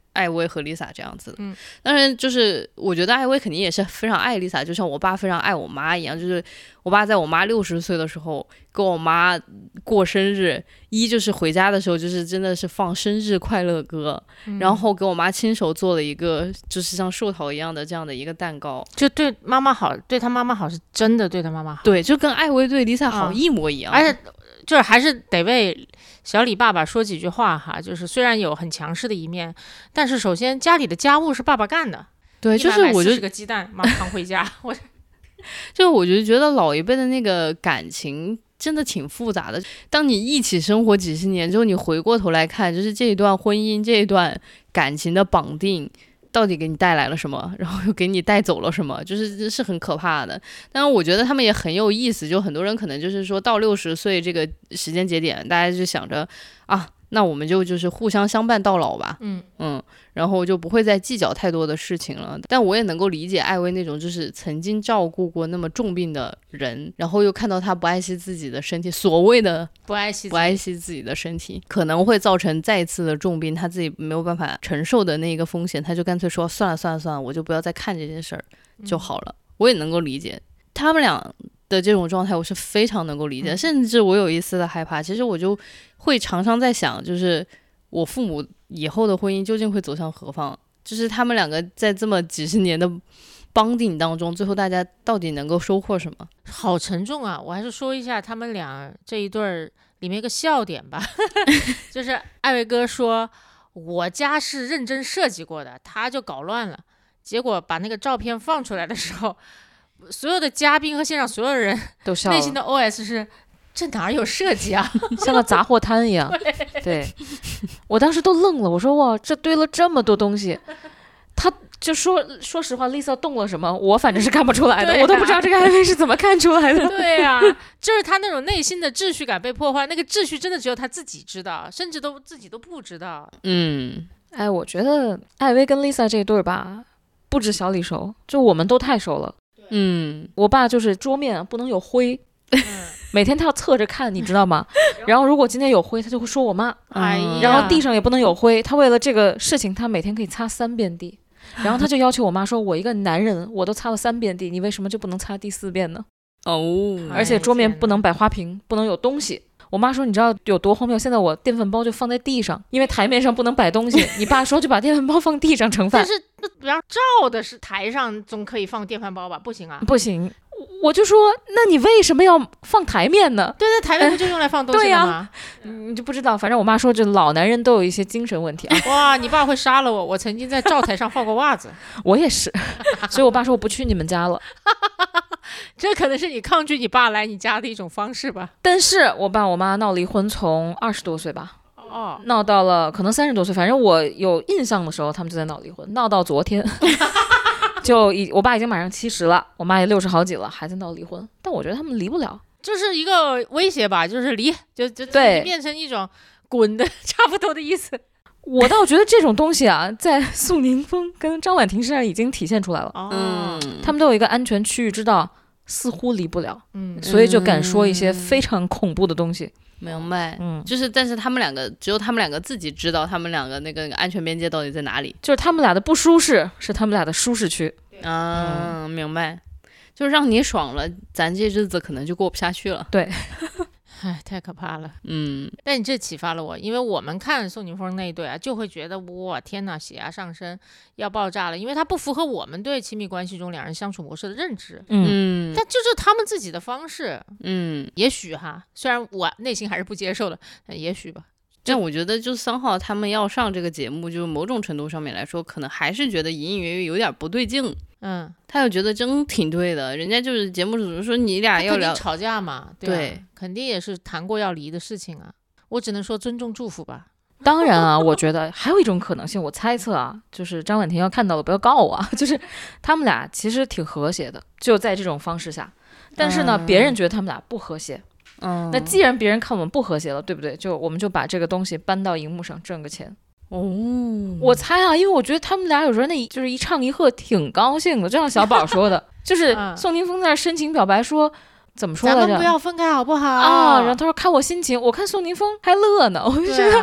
Speaker 2: 艾薇和 Lisa 这样子的。
Speaker 1: 嗯，
Speaker 2: 当然就是我觉得艾薇肯定也是非常爱 Lisa， 就像我爸非常爱我妈一样，就是我爸在我妈六十岁的时候跟我妈过生日，一就是回家的时候就是真的是放生日快乐歌，嗯、然后给我妈亲手做了一个就是像寿桃一样的这样的一个蛋糕，
Speaker 1: 就对妈妈好，对她妈妈好是真的对她妈妈好，
Speaker 2: 对，就跟艾薇对 Lisa 好一模一样，
Speaker 1: 嗯、而且就是还是得为小李爸爸说几句话哈，就是虽然有很强势的一面，但是首先家里的家务是爸爸干的，
Speaker 2: 对，就是我就
Speaker 1: 四十个鸡蛋妈扛回家，我
Speaker 2: 就我就觉得老一辈的那个感情真的挺复杂的。当你一起生活几十年之后，你回过头来看，就是这一段婚姻、这一段感情的绑定，到底给你带来了什么，然后又给你带走了什么，就是是很可怕的。但是我觉得他们也很有意思，就很多人可能就是说到六十岁这个时间节点，大家就想着啊，那我们就就是互相相伴到老吧，
Speaker 1: 嗯
Speaker 2: 嗯，然后就不会再计较太多的事情了。但我也能够理解艾薇那种就是曾经照顾过那么重病的人，然后又看到他不爱惜自己的身体，所谓的
Speaker 1: 不爱惜
Speaker 2: 不爱惜自己的身体，可能会造成再一次的重病，他自己没有办法承受的那个风险，他就干脆说算了算了算了，我就不要再看这件事儿就好了、嗯、我也能够理解他们俩的这种状态，我是非常能够理解、嗯、甚至我有一丝的害怕。其实我就会常常在想，就是我父母以后的婚姻究竟会走向何方，就是他们两个在这么几十年的帮顶当中，最后大家到底能够收获什么？
Speaker 1: 好沉重啊！我还是说一下他们俩这一对儿里面一个笑点吧就是艾薇哥说我家是认真设计过的，他就搞乱了，结果把那个照片放出来的时候，所有的嘉宾和现场所有人
Speaker 3: 都笑了，
Speaker 1: 内心的 O S 是这哪有设计啊
Speaker 3: 像个杂货摊一样对, 对我当时都愣了，我说哇，这堆了这么多东西，他就说说实话 Lisa 动了什么我反正是看不出来的、啊、我都不知道这个艾薇是怎么看出来的
Speaker 1: 对啊，就是他那种内心的秩序感被破坏，那个秩序真的只有他自己知道，甚至都自己都不知道。
Speaker 2: 嗯，
Speaker 3: 哎，我觉得艾薇跟 Lisa 这对吧，不止小李熟，就我们都太熟了。
Speaker 2: 嗯，
Speaker 3: 我爸就是桌面不能有灰嗯、每天他要侧着看你知道吗然后如果今天有灰他就会说我妈、
Speaker 1: 哎呀、
Speaker 3: 然后地上也不能有灰，他为了这个事情他每天可以擦三遍地，然后他就要求我妈说我一个男人我都擦了三遍地，你为什么就不能擦第四遍呢？
Speaker 2: 哦，
Speaker 3: 而且桌面不能摆花瓶，不能有东西。我妈说你知道有多荒谬，现在我电饭煲就放在地上，因为台面上不能摆东西你爸说就把电饭煲放地上盛饭。
Speaker 1: 但是比方照的是台上总可以放电饭煲吧？不行啊，
Speaker 3: 不行。我就说那你为什么要放台面呢？
Speaker 1: 对，那台面不就用来放东西的吗、呃、
Speaker 3: 对呀、啊、你就不知道，反正我妈说这老男人都有一些精神问题啊。
Speaker 1: 哇，你爸会杀了我，我曾经在灶台上放过袜子
Speaker 3: 我也是所以我爸说我不去你们家了
Speaker 1: 这可能是你抗拒你爸来你家的一种方式吧。
Speaker 3: 但是我爸我妈闹离婚从二十多岁吧
Speaker 1: 哦，
Speaker 3: 闹到了可能三十多岁，反正我有印象的时候他们就在闹离婚，闹到昨天就已我爸已经马上七十了，我妈也六十好几了，还在闹离婚。但我觉得他们离不了，
Speaker 1: 就是一个威胁吧，就是离就就对变成一种滚的差不多的意思。
Speaker 3: 我倒觉得这种东西啊在宋宁峰跟张婉婷身上已经体现出来了。
Speaker 1: 嗯，
Speaker 3: 他们都有一个安全区域，知道似乎离不了，嗯，所以就敢说一些非常恐怖的东西。
Speaker 2: 明白，嗯，就是但是他们两个只有他们两个自己知道他们两个那个安全边界到底在哪里，
Speaker 3: 就是他们俩的不舒适是他们俩的舒适区。
Speaker 2: 嗯，嗯明白，就是让你爽了咱这日子可能就过不下去了。
Speaker 3: 对
Speaker 1: 唉，太可怕了。
Speaker 2: 嗯，
Speaker 1: 但你这启发了我，因为我们看宋宁峰那一对啊，就会觉得哇天哪，血压上升要爆炸了，因为它不符合我们对亲密关系中两人相处模式的认知。
Speaker 2: 嗯，
Speaker 1: 但就是他们自己的方式。
Speaker 2: 嗯，
Speaker 1: 也许哈，虽然我内心还是不接受的，但也许吧。
Speaker 2: 但我觉得就三号他们要上这个节目，就某种程度上面来说可能还是觉得隐隐约约有点不对劲。
Speaker 1: 嗯，
Speaker 2: 他又觉得真挺对的，人家就是节目组说你俩要聊
Speaker 1: 吵架嘛， 对, 对，肯定也是谈过要离的事情啊。我只能说尊重祝福吧。
Speaker 3: 当然啊，我觉得还有一种可能性，我猜测啊，就是张婉婷要看到了不要告我啊，就是他们俩其实挺和谐的，就在这种方式下，但是呢、嗯、别人觉得他们俩不和谐。嗯，那既然别人看我们不和谐了，对不对？就我们就把这个东西搬到荧幕上挣个钱。
Speaker 2: 哦，
Speaker 3: 我猜啊，因为我觉得他们俩有时候那就是一唱一和挺高兴的，就像小宝说的，就是宋宁峰在那深情表白说，怎么说来着？
Speaker 1: 咱们不要分开好不好
Speaker 3: 啊？然后他说看我心情，我看宋宁峰还乐呢，我就觉得、
Speaker 1: 啊、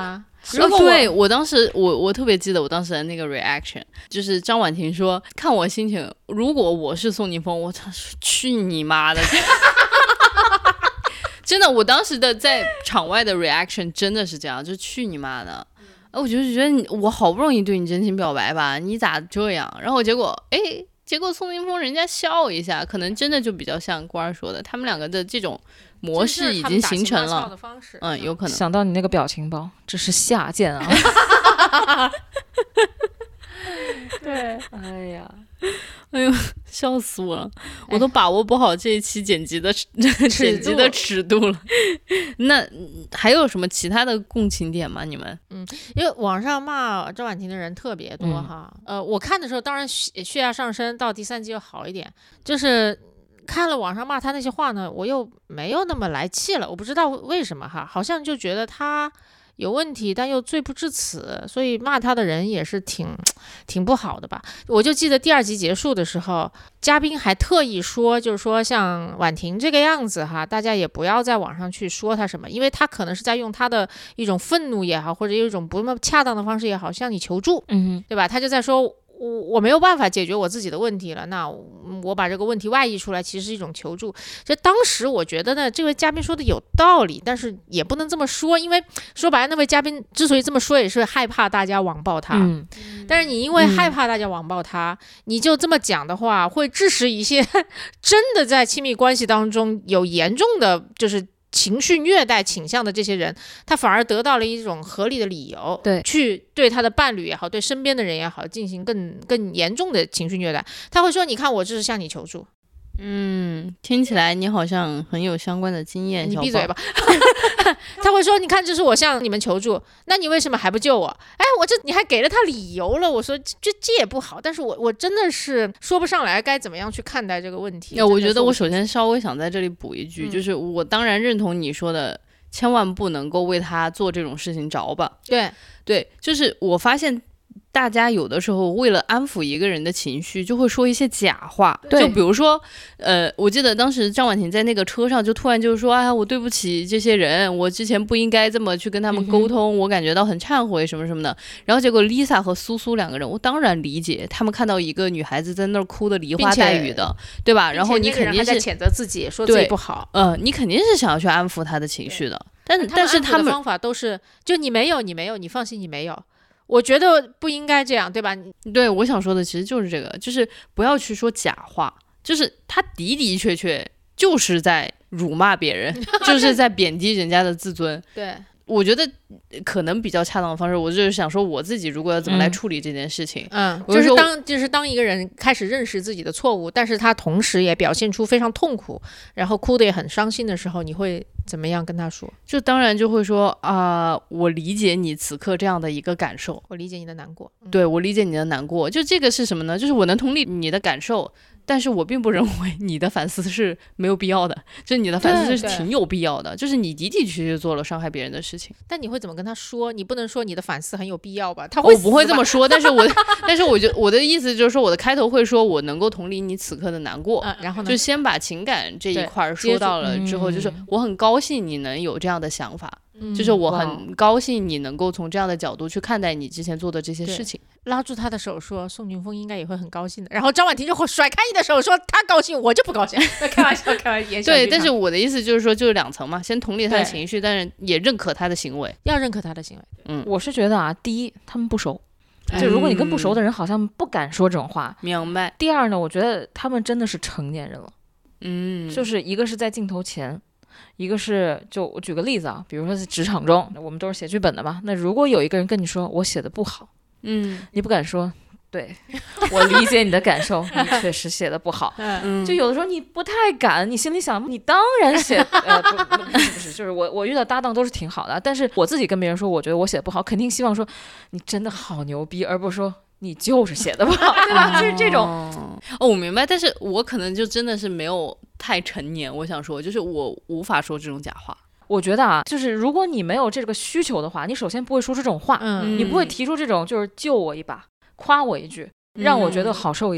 Speaker 2: 如果对我当时我我特别记得我当时的那个 reaction， 就是张婉婷说看我心情，如果我是宋宁峰，我操，去你妈的！真的，我当时的在场外的 reaction 真的是这样，就去你妈的！我就觉得你我好不容易对你真情表白吧，你咋这样？然后结果哎。结果宋宁峰人家笑一下，可能真的就比较像官儿说的，他们两个的这种模式已经形成了。嗯，有可能。
Speaker 3: 想到你那个表情包，这是下贱啊！
Speaker 1: 对，
Speaker 3: 哎呀，
Speaker 2: 哎呦，笑死我了！我都把握不好这一期剪辑的剪辑的尺度了。那还有什么其他的共情点吗？你们？
Speaker 1: 嗯，因为网上骂张婉婷的人特别多哈。嗯、呃，我看的时候，当然血血压上升，到第三集又好一点，就是看了网上骂他那些话呢，我又没有那么来气了。我不知道为什么哈，好像就觉得他有问题，但又罪不至此，所以骂他的人也是挺挺不好的吧。我就记得第二集结束的时候，嘉宾还特意说，就是说像婉婷这个样子哈，大家也不要在网上去说他什么，因为他可能是在用他的一种愤怒也好，或者一种不那么恰当的方式也好，向你求助，嗯，对吧？他就在说。我我没有办法解决我自己的问题了，那我把这个问题外溢出来，其实是一种求助。这当时我觉得呢，这位嘉宾说的有道理，但是也不能这么说，因为说白了，那位嘉宾之所以这么说，也是害怕大家网暴他。嗯，但是你因为害怕大家网暴他，嗯、你就这么讲的话，会致使一些真的在亲密关系当中有严重的就是情绪虐待倾向的这些人，他反而得到了一种合理的理由，
Speaker 3: 对，
Speaker 1: 去对他的伴侣也好，对身边的人也好，进行更更严重的情绪虐待。他会说：“你看，我这是向你求助。”
Speaker 2: 嗯，听起来你好像很有相关的经验。
Speaker 1: 你闭嘴吧。他会说：“你看，这是我向你们求助，那你为什么还不救我？”哎，我这你还给了他理由了。我说这这也不好，但是我我真的是说不上来该怎么样去看待这个问题。
Speaker 2: 我觉得我首先稍微想在这里补一句，嗯、就是我当然认同你说的，千万不能够为他做这种事情着吧。
Speaker 1: 对
Speaker 2: 对，就是我发现。大家有的时候为了安抚一个人的情绪，就会说一些假话。就比如说，呃，我记得当时张婉婷在那个车上，就突然就说：“哎呀，我对不起这些人，我之前不应该这么去跟他们沟通，嗯、我感觉到很忏悔什么什么的。”然后结果 Lisa 和苏苏两个人，我当然理解，他们看到一个女孩子在那儿哭的梨花带雨的，对吧？然后你肯定是
Speaker 1: 在谴责自己，说自己不好。
Speaker 2: 嗯、呃，你肯定是想要去安抚她的情绪的。但但是他们
Speaker 1: 的方法都是，就你没有，你没有，你放心，你没有。我觉得不应该这样，对吧？
Speaker 2: 对，我想说的其实就是这个，就是不要去说假话，就是他的的确确就是在辱骂别人，就是在贬低人家的自尊。
Speaker 1: 对，
Speaker 2: 我觉得可能比较恰当的方式，我就是想说我自己如果要怎么来处理这件事情。
Speaker 1: 嗯，嗯就是当就是当一个人开始认识自己的错误，但是他同时也表现出非常痛苦，然后哭得也很伤心的时候，你会怎么样跟他说？
Speaker 2: 就当然就会说啊、呃，我理解你此刻这样的一个感受，
Speaker 1: 我理解你的难过。
Speaker 2: 嗯、对，我理解你的难过。就这个是什么呢？就是我能同理你的感受。但是我并不认为你的反思是没有必要的，就是你的反思是挺有必要的，就是你的的确确做了伤害别人的事情。
Speaker 1: 但你会怎么跟他说？你不能说你的反思很有必要吧？他会
Speaker 2: 我不会这么说，但是我但是我就我的意思就是说，我的开头会说我能够同理你此刻的难过，
Speaker 1: 嗯、然后呢，
Speaker 2: 就先把情感这一块说到了之后，就是我很高兴你能有这样的想法。嗯、就是我很高兴你能够从这样的角度去看待你之前做的这些事情。
Speaker 1: 拉住他的手说宋宁峰应该也会很高兴的，然后张婉婷就会甩开你的手说他高兴我就不高兴。开玩笑开玩笑。
Speaker 2: 对，但是我的意思就是说就是两层嘛，先同理他的情绪，但是也认可他的行为，
Speaker 1: 要认可他的行为。
Speaker 3: 嗯，我是觉得啊，第一他们不熟，就如果你跟不熟的人好像不敢说这种话。
Speaker 2: 明白。
Speaker 3: 第二呢，我觉得他们真的是成年人了。
Speaker 2: 嗯，
Speaker 3: 就是一个是在镜头前，一个是就我举个例子啊，比如说在职场中，我们都是写剧本的嘛，那如果有一个人跟你说我写的不好，
Speaker 2: 嗯，
Speaker 3: 你不敢说对我理解你的感受，你确实写的不好，嗯，就有的时候你不太敢，你心里想你当然写呃不不不是不是，就是我我遇到搭档都是挺好的，但是我自己跟别人说我觉得我写的不好，肯定希望说你真的好牛逼，而不是说你就是写的不好，对吧？就是这种。
Speaker 2: 哦，我明白，但是我可能就真的是没有太成年，我想说，就是我无法说这种假话。
Speaker 3: 我觉得啊，就是如果你没有这个需求的话，你首先不会说出这种话，嗯，你不会提出这种就是救我一把，夸我一句，让我觉得好受一点。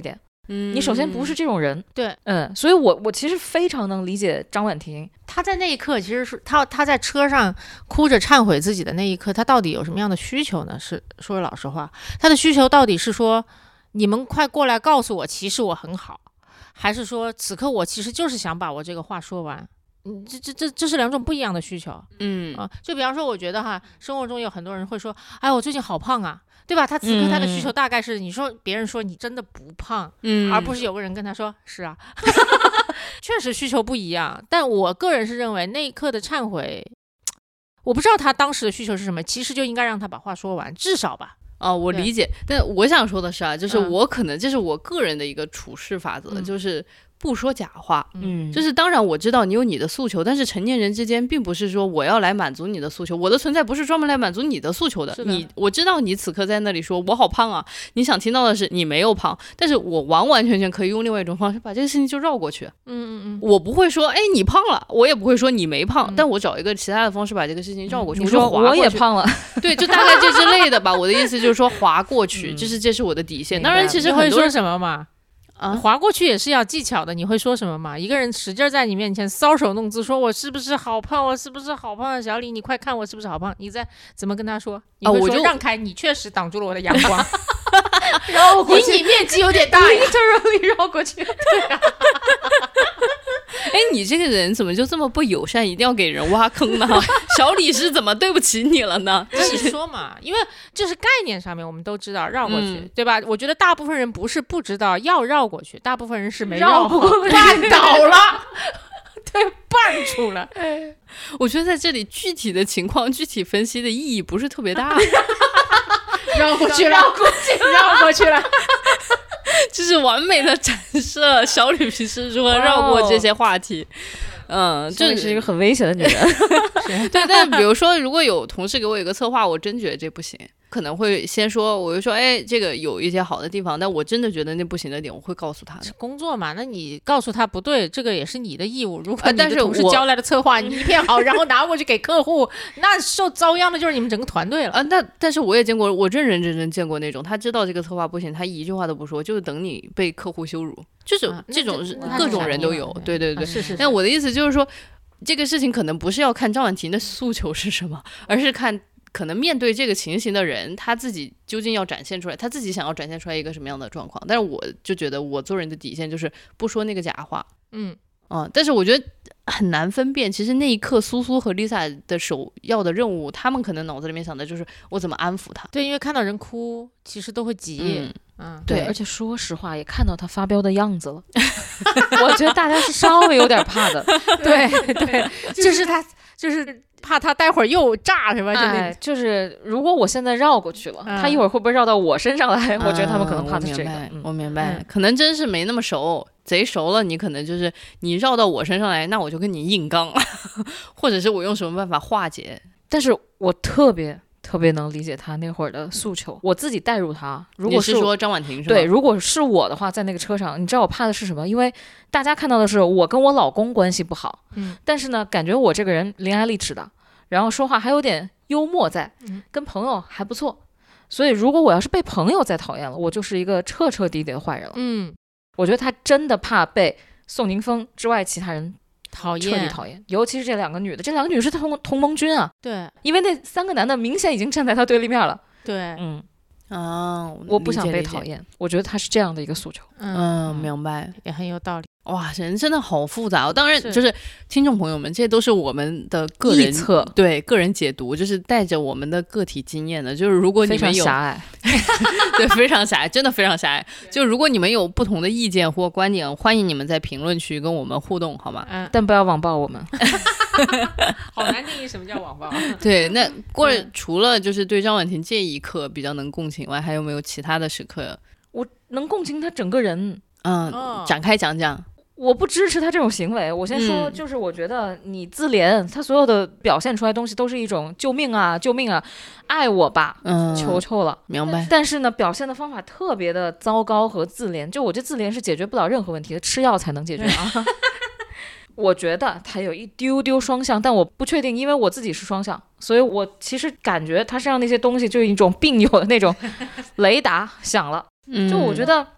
Speaker 3: 嗯，你首先不是这种人，
Speaker 1: 对，
Speaker 3: 嗯，所以我我其实非常能理解张婉婷，
Speaker 1: 她在那一刻其实是她她在车上哭着忏悔自己的那一刻，她到底有什么样的需求呢？是说老实话，她的需求到底是说你们快过来告诉我，其实我很好，还是说此刻我其实就是想把我这个话说完？嗯，这这这这是两种不一样的需求，
Speaker 2: 嗯
Speaker 1: 啊，就比方说，我觉得哈，生活中有很多人会说，哎，我最近好胖啊，对吧？他此刻他的需求大概是，你说别人说你真的不胖，
Speaker 2: 嗯，
Speaker 1: 而不是有个人跟他说是啊，确实需求不一样。但我个人是认为那一刻的忏悔，我不知道他当时的需求是什么，其实就应该让他把话说完，至少吧。
Speaker 2: 啊、我理解，但我想说的是啊，就是我可能这是我个人的一个处事法则，嗯、就是不说假话。嗯，就是当然我知道你有你的诉求，但是成年人之间并不是说我要来满足你的诉求，我的存在不是专门来满足你的诉求的。
Speaker 1: 的
Speaker 2: 你我知道你此刻在那里说我好胖啊，你想听到的是你没有胖，但是我完完全全可以用另外一种方式把这个事情就绕过去。
Speaker 1: 嗯嗯嗯，
Speaker 2: 我不会说哎你胖了，我也不会说你没胖，嗯、但我找一个其他的方式把这个事情绕过去。
Speaker 3: 嗯、你说我也胖了，
Speaker 2: 对，就大概就之类的吧。我的意思就是说划过去，就是、嗯、这是我的底线。当然，其实很多
Speaker 1: 人会说什么嘛？啊，划过去也是要技巧的。你会说什么嘛？一个人使劲在你面前搔首弄姿，说我是不是好胖？我是不是好胖？小李，你快看我是不是好胖？你再怎么跟他说？你会说、啊、我就让开，你确实挡住了我的阳光。
Speaker 3: 绕过去，
Speaker 1: 隐隐面积有点大呀，
Speaker 3: 就容易绕过去。对
Speaker 1: 啊。
Speaker 2: 哎，你这个人怎么就这么不友善，一定要给人挖坑呢？小李是怎么对不起你了呢？
Speaker 1: 跟你说嘛，因为这是概念上面我们都知道绕过去，嗯、对吧？我觉得大部分人不是不知道要绕过去，大部分人是没绕
Speaker 3: 不过去，
Speaker 1: 绊倒了。对，绊住了。
Speaker 2: 我觉得在这里具体的情况具体分析的意义不是特别大。
Speaker 1: 绕过去了，
Speaker 3: 绕过去了，
Speaker 1: 绕过去了。
Speaker 2: 这是完美的展示了小李平时如何绕过这些话题。嗯，
Speaker 3: 这是一个很危险的女人。
Speaker 2: 对，但比如说，如果有同事给我一个策划，我真觉得这不行，可能会先说，我就说，哎，这个有一些好的地方，但我真的觉得那不行的点，我会告诉他的。
Speaker 1: 工作嘛，那你告诉他不对，这个也是你的义务。如果你的同事交来的策划，你一片好，然后拿过去给客户，那受遭殃的就是你们整个团队了。
Speaker 2: 啊，那但是我也见过，我认认真真见过那种，他知道这个策划不行，他一句话都不说，就是等你被客户羞辱。就是这种是各种人都有，对对对，
Speaker 1: 是是。
Speaker 2: 但我的意思就是说，这个事情可能不是要看张婉婷的诉求是什么，而是看可能面对这个情形的人他自己究竟要展现出来，他自己想要展现出来一个什么样的状况。但是我就觉得我做人的底线就是不说那个假话，
Speaker 1: 嗯
Speaker 2: 嗯。但是我觉得很难分辨，其实那一刻苏苏和 Lisa 的首要的任务，他们可能脑子里面想的就是我怎么安抚他。
Speaker 1: 对，因为看到人哭，其实都会急。
Speaker 2: 嗯
Speaker 1: 嗯，
Speaker 3: 对，而且说实话，也看到他发飙的样子了，我觉得大家是稍微有点怕的。
Speaker 1: 对对，就是他，就是怕他待会儿又炸是吧？
Speaker 3: 哎，就是如果我现在绕过去了，嗯、他一会儿会不会绕到我身上来？嗯、我觉得他们可能怕的是这个。
Speaker 2: 嗯、我明白，嗯、可能真是没那么熟，贼熟了，你可能就是你绕到我身上来，那我就跟你硬刚，或者是我用什么办法化解。
Speaker 3: 但是我特别。特别能理解他那会儿的诉求，我自己带入他。如果
Speaker 2: 是你是说张婉婷是吧？
Speaker 3: 对，如果是我的话，在那个车上，你知道我怕的是什么？因为大家看到的是我跟我老公关系不好，
Speaker 1: 嗯，
Speaker 3: 但是呢，感觉我这个人伶牙俐齿的，然后说话还有点幽默在，
Speaker 1: 嗯，
Speaker 3: 跟朋友还不错。所以如果我要是被朋友再讨厌了，我就是一个彻彻底底的坏人了。
Speaker 1: 嗯，
Speaker 3: 我觉得他真的怕被宋宁峰之外其他人。
Speaker 1: 讨厌，
Speaker 3: 彻底讨厌，尤其是这两个女的，这两个女是同同盟军啊。
Speaker 1: 对，
Speaker 3: 因为那三个男的明显已经站在他对立面了。
Speaker 1: 对，
Speaker 3: 嗯
Speaker 2: 啊，
Speaker 3: 我不想被讨厌，我觉得他是这样的一个诉求。
Speaker 2: 嗯，明白，
Speaker 1: 也很有道理。
Speaker 2: 哇，人真的好复杂、哦。当然，就是听众朋友们，这些都是我们的个人
Speaker 3: 测，
Speaker 2: 对个人解读，就是带着我们的个体经验的。就是如果你们有
Speaker 3: 非常狭隘，
Speaker 2: 对，非常狭隘，真的非常狭隘。就如果你们有不同的意见或观点，欢迎你们在评论区跟我们互动，好吗？
Speaker 1: 嗯，
Speaker 3: 但不要网暴我们。
Speaker 1: 好难定义什么叫网暴。
Speaker 2: 对，那过除了就是对张婉婷这一刻比较能共情外，还有没有其他的时刻？
Speaker 3: 我能共情他整个人。
Speaker 2: 嗯，
Speaker 1: 哦、
Speaker 2: 展开讲讲。
Speaker 3: 我不支持他这种行为。我先说，就是我觉得你自怜，他所有的表现出来的东西都是一种救命啊，救命啊，爱我吧，
Speaker 2: 嗯，
Speaker 3: 求求了，
Speaker 2: 明白。
Speaker 3: 但是呢，表现的方法特别的糟糕和自怜。就我觉得自怜是解决不了任何问题的，吃药才能解决啊。我觉得他有一丢丢双向，但我不确定，因为我自己是双向，所以我其实感觉他身上那些东西就是一种病友的那种雷达响了。
Speaker 2: 嗯，
Speaker 3: 就我觉得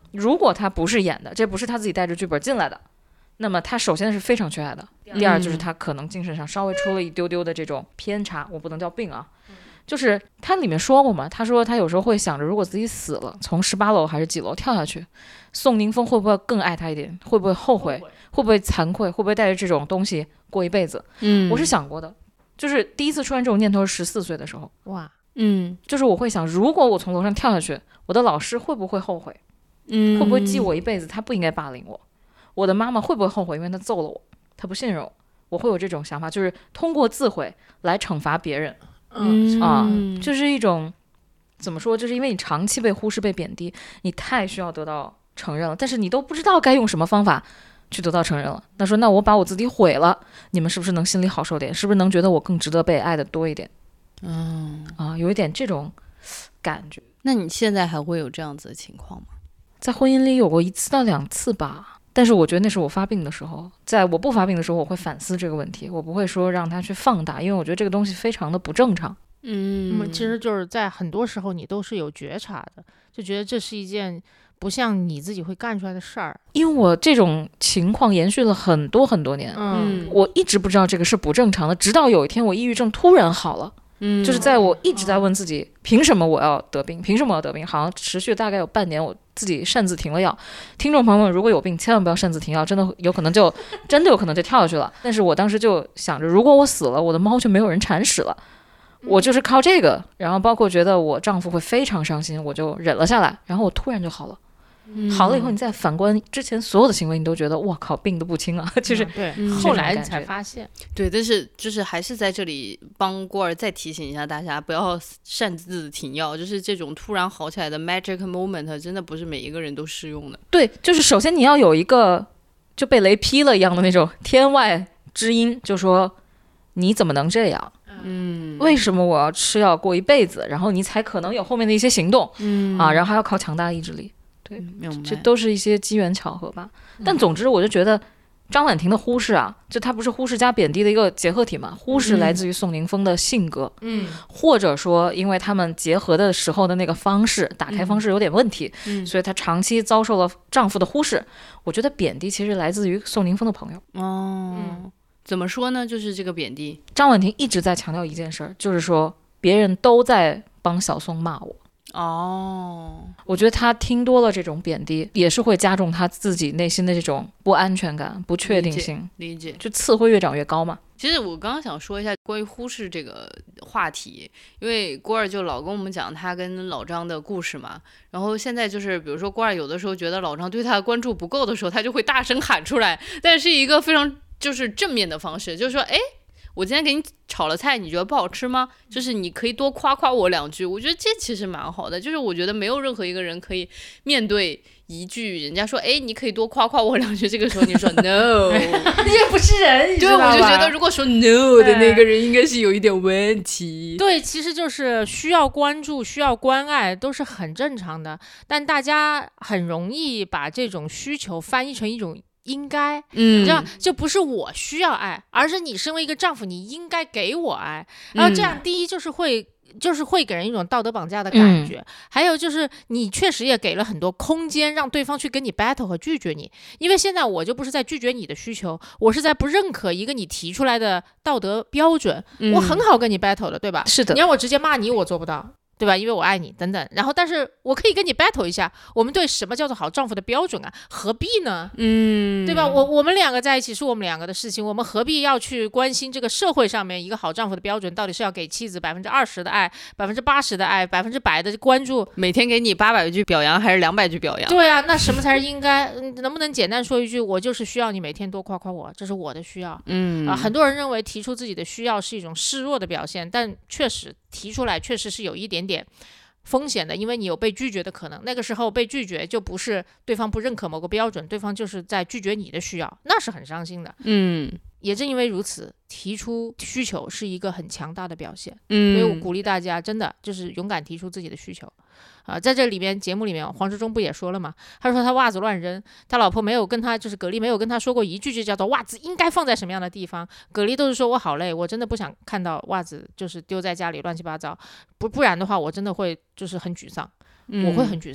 Speaker 3: 如果他不是演的，这不是他自己带着剧本进来的，那么他首先是非常缺爱的，第二就是他可能精神上稍微出了一丢丢的这种偏差，我不能叫病啊，就是他里面说过嘛，他说他有时候会想着，如果自己死了，从十八楼还是几楼跳下去，宋宁峰会不会更爱他一点？会不会后悔？会不会惭愧？会不会带着这种东西过一辈子？嗯，我是想过的，就是第一次出现这种念头是十四岁的时候。
Speaker 1: 哇，
Speaker 2: 嗯，
Speaker 3: 就是我会想，如果我从楼上跳下去，我的老师会不会后悔？嗯，会不会记我一辈子？他不应该霸凌我。我的妈妈会不会后悔？因为她揍了我，她不信任我。我会有这种想法，就是通过自毁来惩罚别人。嗯啊，就是一种怎么说？就是因为你长期被忽视、被贬低，你太需要得到承认了，但是你都不知道该用什么方法去得到承认了。那说，那我把我自己毁了，你们是不是能心里好受点？是不是能觉得我更值得被爱的多一点？嗯啊，有一点这种感觉。
Speaker 2: 那你现在还会有这样子的情况吗？
Speaker 3: 在婚姻里有过一次到两次吧。但是我觉得那是我发病的时候，在我不发病的时候，我会反思这个问题，我不会说让他去放大，因为我觉得这个东西非常的不正常。
Speaker 1: 嗯，其实就是在很多时候你都是有觉察的，就觉得这是一件不像你自己会干出来的事儿。
Speaker 3: 因为我这种情况延续了很多很多年，嗯，我一直不知道这个是不正常的，直到有一天我抑郁症突然好了。嗯，就是在我一直在问自己，凭什么我要得病？凭什么我要得病？好像持续大概有半年，我自己擅自停了药。听众朋友们，如果有病，千万不要擅自停药，真的有可能就真的有可能就跳下去了。但是我当时就想着，如果我死了，我的猫就没有人铲屎了。我就是靠这个，然后包括觉得我丈夫会非常伤心，我就忍了下来，然后我突然就好了。嗯、好了以后，你再反观之前所有的行为，你都觉得哇靠，病得不轻啊！就是、
Speaker 1: 嗯、对、嗯，后来才发现，
Speaker 2: 对，但是就是还是在这里帮郭儿再提醒一下大家，不要擅自停药，就是这种突然好起来的 magic moment， 真的不是每一个人都适用的。
Speaker 3: 对，就是首先你要有一个就被雷劈了一样的那种天外之音，就说你怎么能这样？嗯，为什么我要吃药过一辈子？然后你才可能有后面的一些行动，嗯啊，然后还要靠强大的意志力。对，
Speaker 2: 嗯、
Speaker 3: 这都是一些机缘巧合吧。但总之，我就觉得张婉婷的忽视啊，就她不是忽视加贬低的一个结合体嘛？忽视来自于宋宁峰的性格，嗯，或者说因为他们结合的时候的那个方式，打开方式有点问题，嗯，所以她长期遭受了丈夫的忽视。我觉得贬低其实来自于宋宁峰的朋友。
Speaker 2: 哦，嗯，怎么说呢？就是这个贬低，
Speaker 3: 张婉婷一直在强调一件事，就是说别人都在帮小宋骂我。哦，我觉得他听多了这种贬低，也是会加重他自己内心的这种不安全感、不确定性。
Speaker 2: 理解，理解，
Speaker 3: 就刺会越长越高嘛。
Speaker 2: 其实我刚刚想说一下关于忽视这个话题，因为郭儿就老跟我们讲他跟老张的故事嘛。然后现在就是比如说郭儿有的时候觉得老张对他的关注不够的时候，他就会大声喊出来，但是一个非常就是正面的方式，就是说，哎，我今天给你炒了菜，你觉得不好吃吗？就是你可以多夸夸我两句，我觉得这其实蛮好的。就是我觉得没有任何一个人可以面对一句人家说，哎，你可以多夸夸我两句，这个时候你说 no，
Speaker 1: 你也不是人，你知道吧？
Speaker 2: 对，我就觉得如果说 no 的那个人应该是有一点问题。
Speaker 1: 对，其实就是需要关注、需要关爱，都是很正常的。但大家很容易把这种需求翻译成一种应该，嗯，你知道，就不是我需要爱，而是你身为一个丈夫，你应该给我爱。然后这样，第一就是会。就是会给人一种道德绑架的感觉，嗯，还有就是你确实也给了很多空间让对方去跟你 battle 和拒绝你，因为现在我就不是在拒绝你的需求，我是在不认可一个你提出来的道德标准，嗯，我很好跟你 battle 的，对吧？
Speaker 3: 是的，
Speaker 1: 你让我直接骂你，我做不到。对吧？因为我爱你等等，然后但是我可以跟你 battle 一下，我们对什么叫做好丈夫的标准啊？何必呢？嗯，对吧？我我们两个在一起是我们两个的事情，我们何必要去关心这个社会上面一个好丈夫的标准到底是要给妻子百分之二十的爱，百分之八十的爱，百分之百的关注，
Speaker 2: 每天给你八百句表扬还是两百句表扬？
Speaker 1: 对啊，那什么才是应该？能不能简单说一句，我就是需要你每天多夸夸我，这是我的需要。嗯啊，很多人认为提出自己的需要是一种示弱的表现，但确实提出来确实是有一点点风险的，因为你有被拒绝的可能。那个时候被拒绝就不是对方不认可某个标准，对方就是在拒绝你的需要，那是很伤心的。嗯，也正因为如此，提出需求是一个很强大的表现。嗯，所以我鼓励大家真的就是勇敢提出自己的需求。啊，在这里面节目里面黄志忠不也说了吗？他说他袜子乱扔，他老婆没有跟他，就是蛤蜊没有跟他说过一句就叫做袜子应该放在什么样的地方。蛤蜊都是说我好累，我真的不想看到袜子就是丢在家里乱七八糟，不不然的话我真的会就是很沮丧，嗯，我会很沮丧。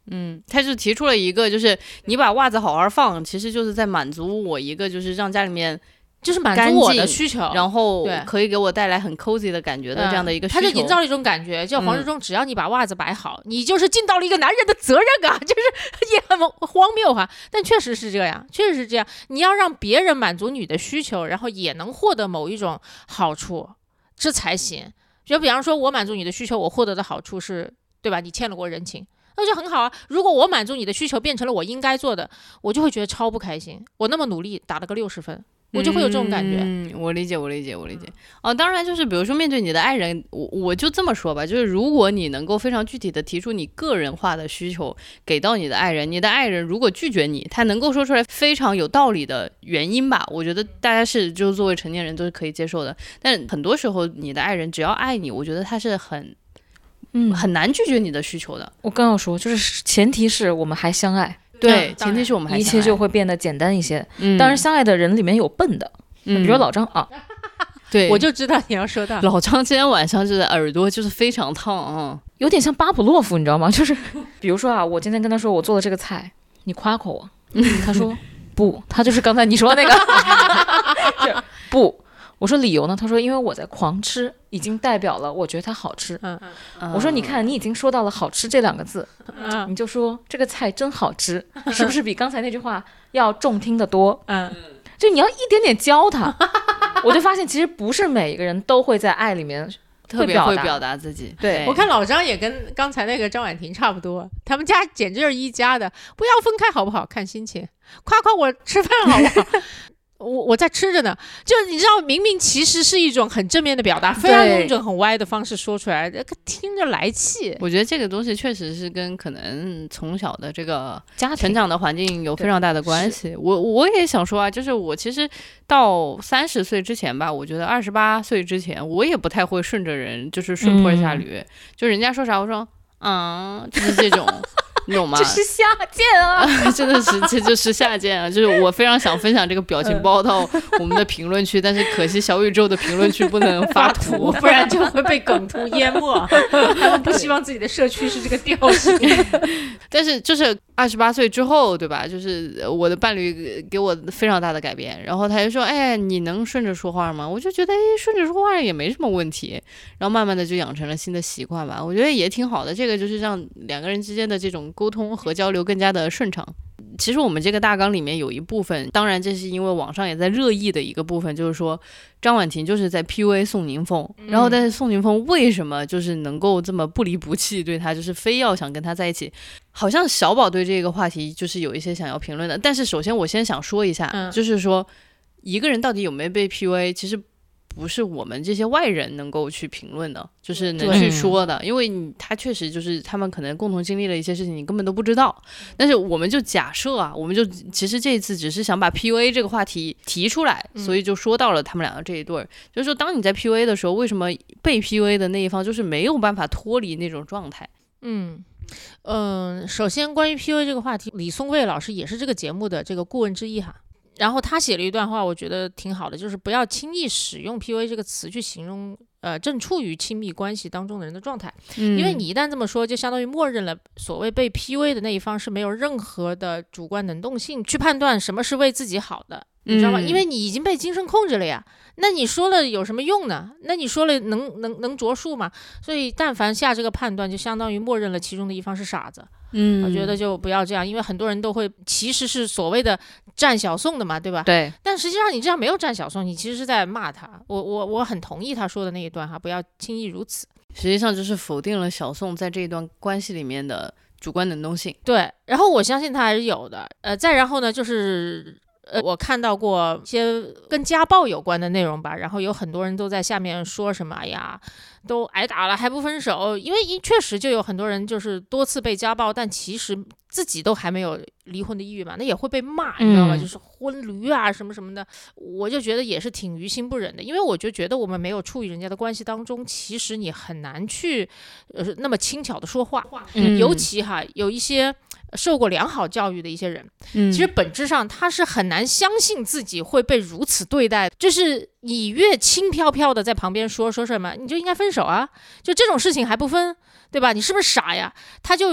Speaker 2: 嗯，他就提出了一个，就是你把袜子好好放，其实就是在满足我一个，就是让家里面
Speaker 1: 就是满足我的需求，
Speaker 2: 然后可以给我带来很 cozy 的感觉的这样的一个需求。
Speaker 1: 他就营造了一种感觉，叫黄志忠，只要你把袜子摆好，嗯、你就是尽到了一个男人的责任感，就是也很荒谬哈。但确实是这样，确实是这样。你要让别人满足你的需求，然后也能获得某一种好处，这才行。就比方说，我满足你的需求，我获得的好处是，对吧？你欠了我人情。那就很好啊！如果我满足你的需求变成了我应该做的，我就会觉得超不开心。我那么努力打了个六十分，我就会有这种感觉。
Speaker 2: 嗯，我理解，我理解，我理解。哦，当然就是比如说面对你的爱人，我我就这么说吧，就是如果你能够非常具体的提出你个人化的需求给到你的爱人，你的爱人如果拒绝你，他能够说出来非常有道理的原因吧，我觉得大家是就是作为成年人都是可以接受的。但很多时候你的爱人只要爱你，我觉得他是很。嗯，很难拒绝你的需求的。
Speaker 3: 我刚要说，就是前提是我们还相爱，
Speaker 2: 对，前提是我们还相爱，
Speaker 3: 一切就会变得简单一些。嗯，当然，相爱的人里面有笨的，嗯、比如说老张啊，
Speaker 1: 对，我就知道你要说到
Speaker 2: 老张今天晚上就是耳朵就是非常烫啊、嗯，
Speaker 3: 有点像巴甫洛夫，你知道吗？就是比如说啊，我今天跟他说我做的这个菜，你夸夸我，他说不，他就是刚才你说的那个不。我说理由呢？他说因为我在狂吃，已经代表了我觉得它好吃。嗯，我说你看，你已经说到了好吃这两个字，嗯，你就说这个菜真好吃，是不是比刚才那句话要中听得多？嗯，就你要一点点教他。我就发现其实不是每一个人都会在爱里面
Speaker 2: 特别会表达自己。
Speaker 1: 对，我看老张也跟刚才那个张婉婷差不多，他们家简直是一家的，不要分开好不好？看心情，夸夸我吃饭好不好？我我在吃着呢，就你知道，明明其实是一种很正面的表达，非要用一种很歪的方式说出来，听着来气。
Speaker 2: 我觉得这个东西确实是跟可能从小的这个家成长的环境有非常大的关系。我我也想说啊，就是我其实到三十岁之前吧，我觉得二十八岁之前，我也不太会顺着人，就是顺坡下驴，嗯、就人家说啥我说嗯，就是这种。你懂吗？
Speaker 3: 这是下贱啊！
Speaker 2: 真的是，这就是下贱啊！就是我非常想分享这个表情包到我们的评论区，但是可惜小宇宙的评论区不能发图，
Speaker 1: 不然就会被梗图淹没。他们不希望自己的社区是这个调性。
Speaker 2: 但是就是二十八岁之后，对吧？就是我的伴侣给我非常大的改变，然后他就说：“哎，你能顺着说话吗？”我就觉得，哎，顺着说话也没什么问题。然后慢慢的就养成了新的习惯吧，我觉得也挺好的。这个就是让两个人之间的这种沟通和交流更加的顺畅。其实我们这个大纲里面有一部分，当然这是因为网上也在热议的一个部分，就是说张婉婷就是在 P U A 宋宁峰，然后但是宋宁峰为什么就是能够这么不离不弃对他，就是非要想跟他在一起。好像小宝对这个话题就是有一些想要评论的，但是首先我先想说一下、嗯、就是说一个人到底有没有被 P U A 其实不是我们这些外人能够去评论的，就是能去说的，因为你他确实就是他们可能共同经历了一些事情你根本都不知道。但是我们就假设啊，我们就其实这一次只是想把 P U A 这个话题提出来，所以就说到了他们两个这一对、嗯、就是说当你在 P U A 的时候，为什么被 P U A 的那一方就是没有办法脱离那种状态。
Speaker 1: 嗯嗯，首先关于 P U A 这个话题，李松蔚老师也是这个节目的这个顾问之一哈。然后他写了一段话，我觉得挺好的，就是不要轻易使用 P U A 这个词去形容呃正处于亲密关系当中的人的状态、嗯、因为你一旦这么说，就相当于默认了所谓被 P U A 的那一方是没有任何的主观能动性去判断什么是为自己好的，你知道吗、嗯、因为你已经被精神控制了呀，那你说了有什么用呢？那你说了能能能着数吗？所以但凡下这个判断，就相当于默认了其中的一方是傻子。嗯，我觉得就不要这样，因为很多人都会其实是所谓的占小宋的嘛，对吧？
Speaker 3: 对。
Speaker 1: 但实际上你这样没有占小宋，你其实是在骂他。我我我很同意他说的那一段哈，不要轻易如此。
Speaker 2: 实际上就是否定了小宋在这一段关系里面的主观能动性。
Speaker 1: 对，然后我相信他还是有的。呃，再然后呢，就是呃，我看到过一些跟家暴有关的内容吧，然后有很多人都在下面说什么，哎呀，都挨打了还不分手，因为确实就有很多人就是多次被家暴，但其实自己都还没有离婚的意愿嘛，那也会被骂，你知道吗？嗯、就是婚驴啊什么什么的，我就觉得也是挺于心不忍的，因为我就觉得我们没有处于人家的关系当中，其实你很难去呃那么轻巧的说话，嗯、尤其哈有一些受过良好教育的一些人、嗯、其实本质上他是很难相信自己会被如此对待，就是你越轻飘飘的在旁边说说什么你就应该分手啊，就这种事情还不分，对吧？你是不是傻呀？他就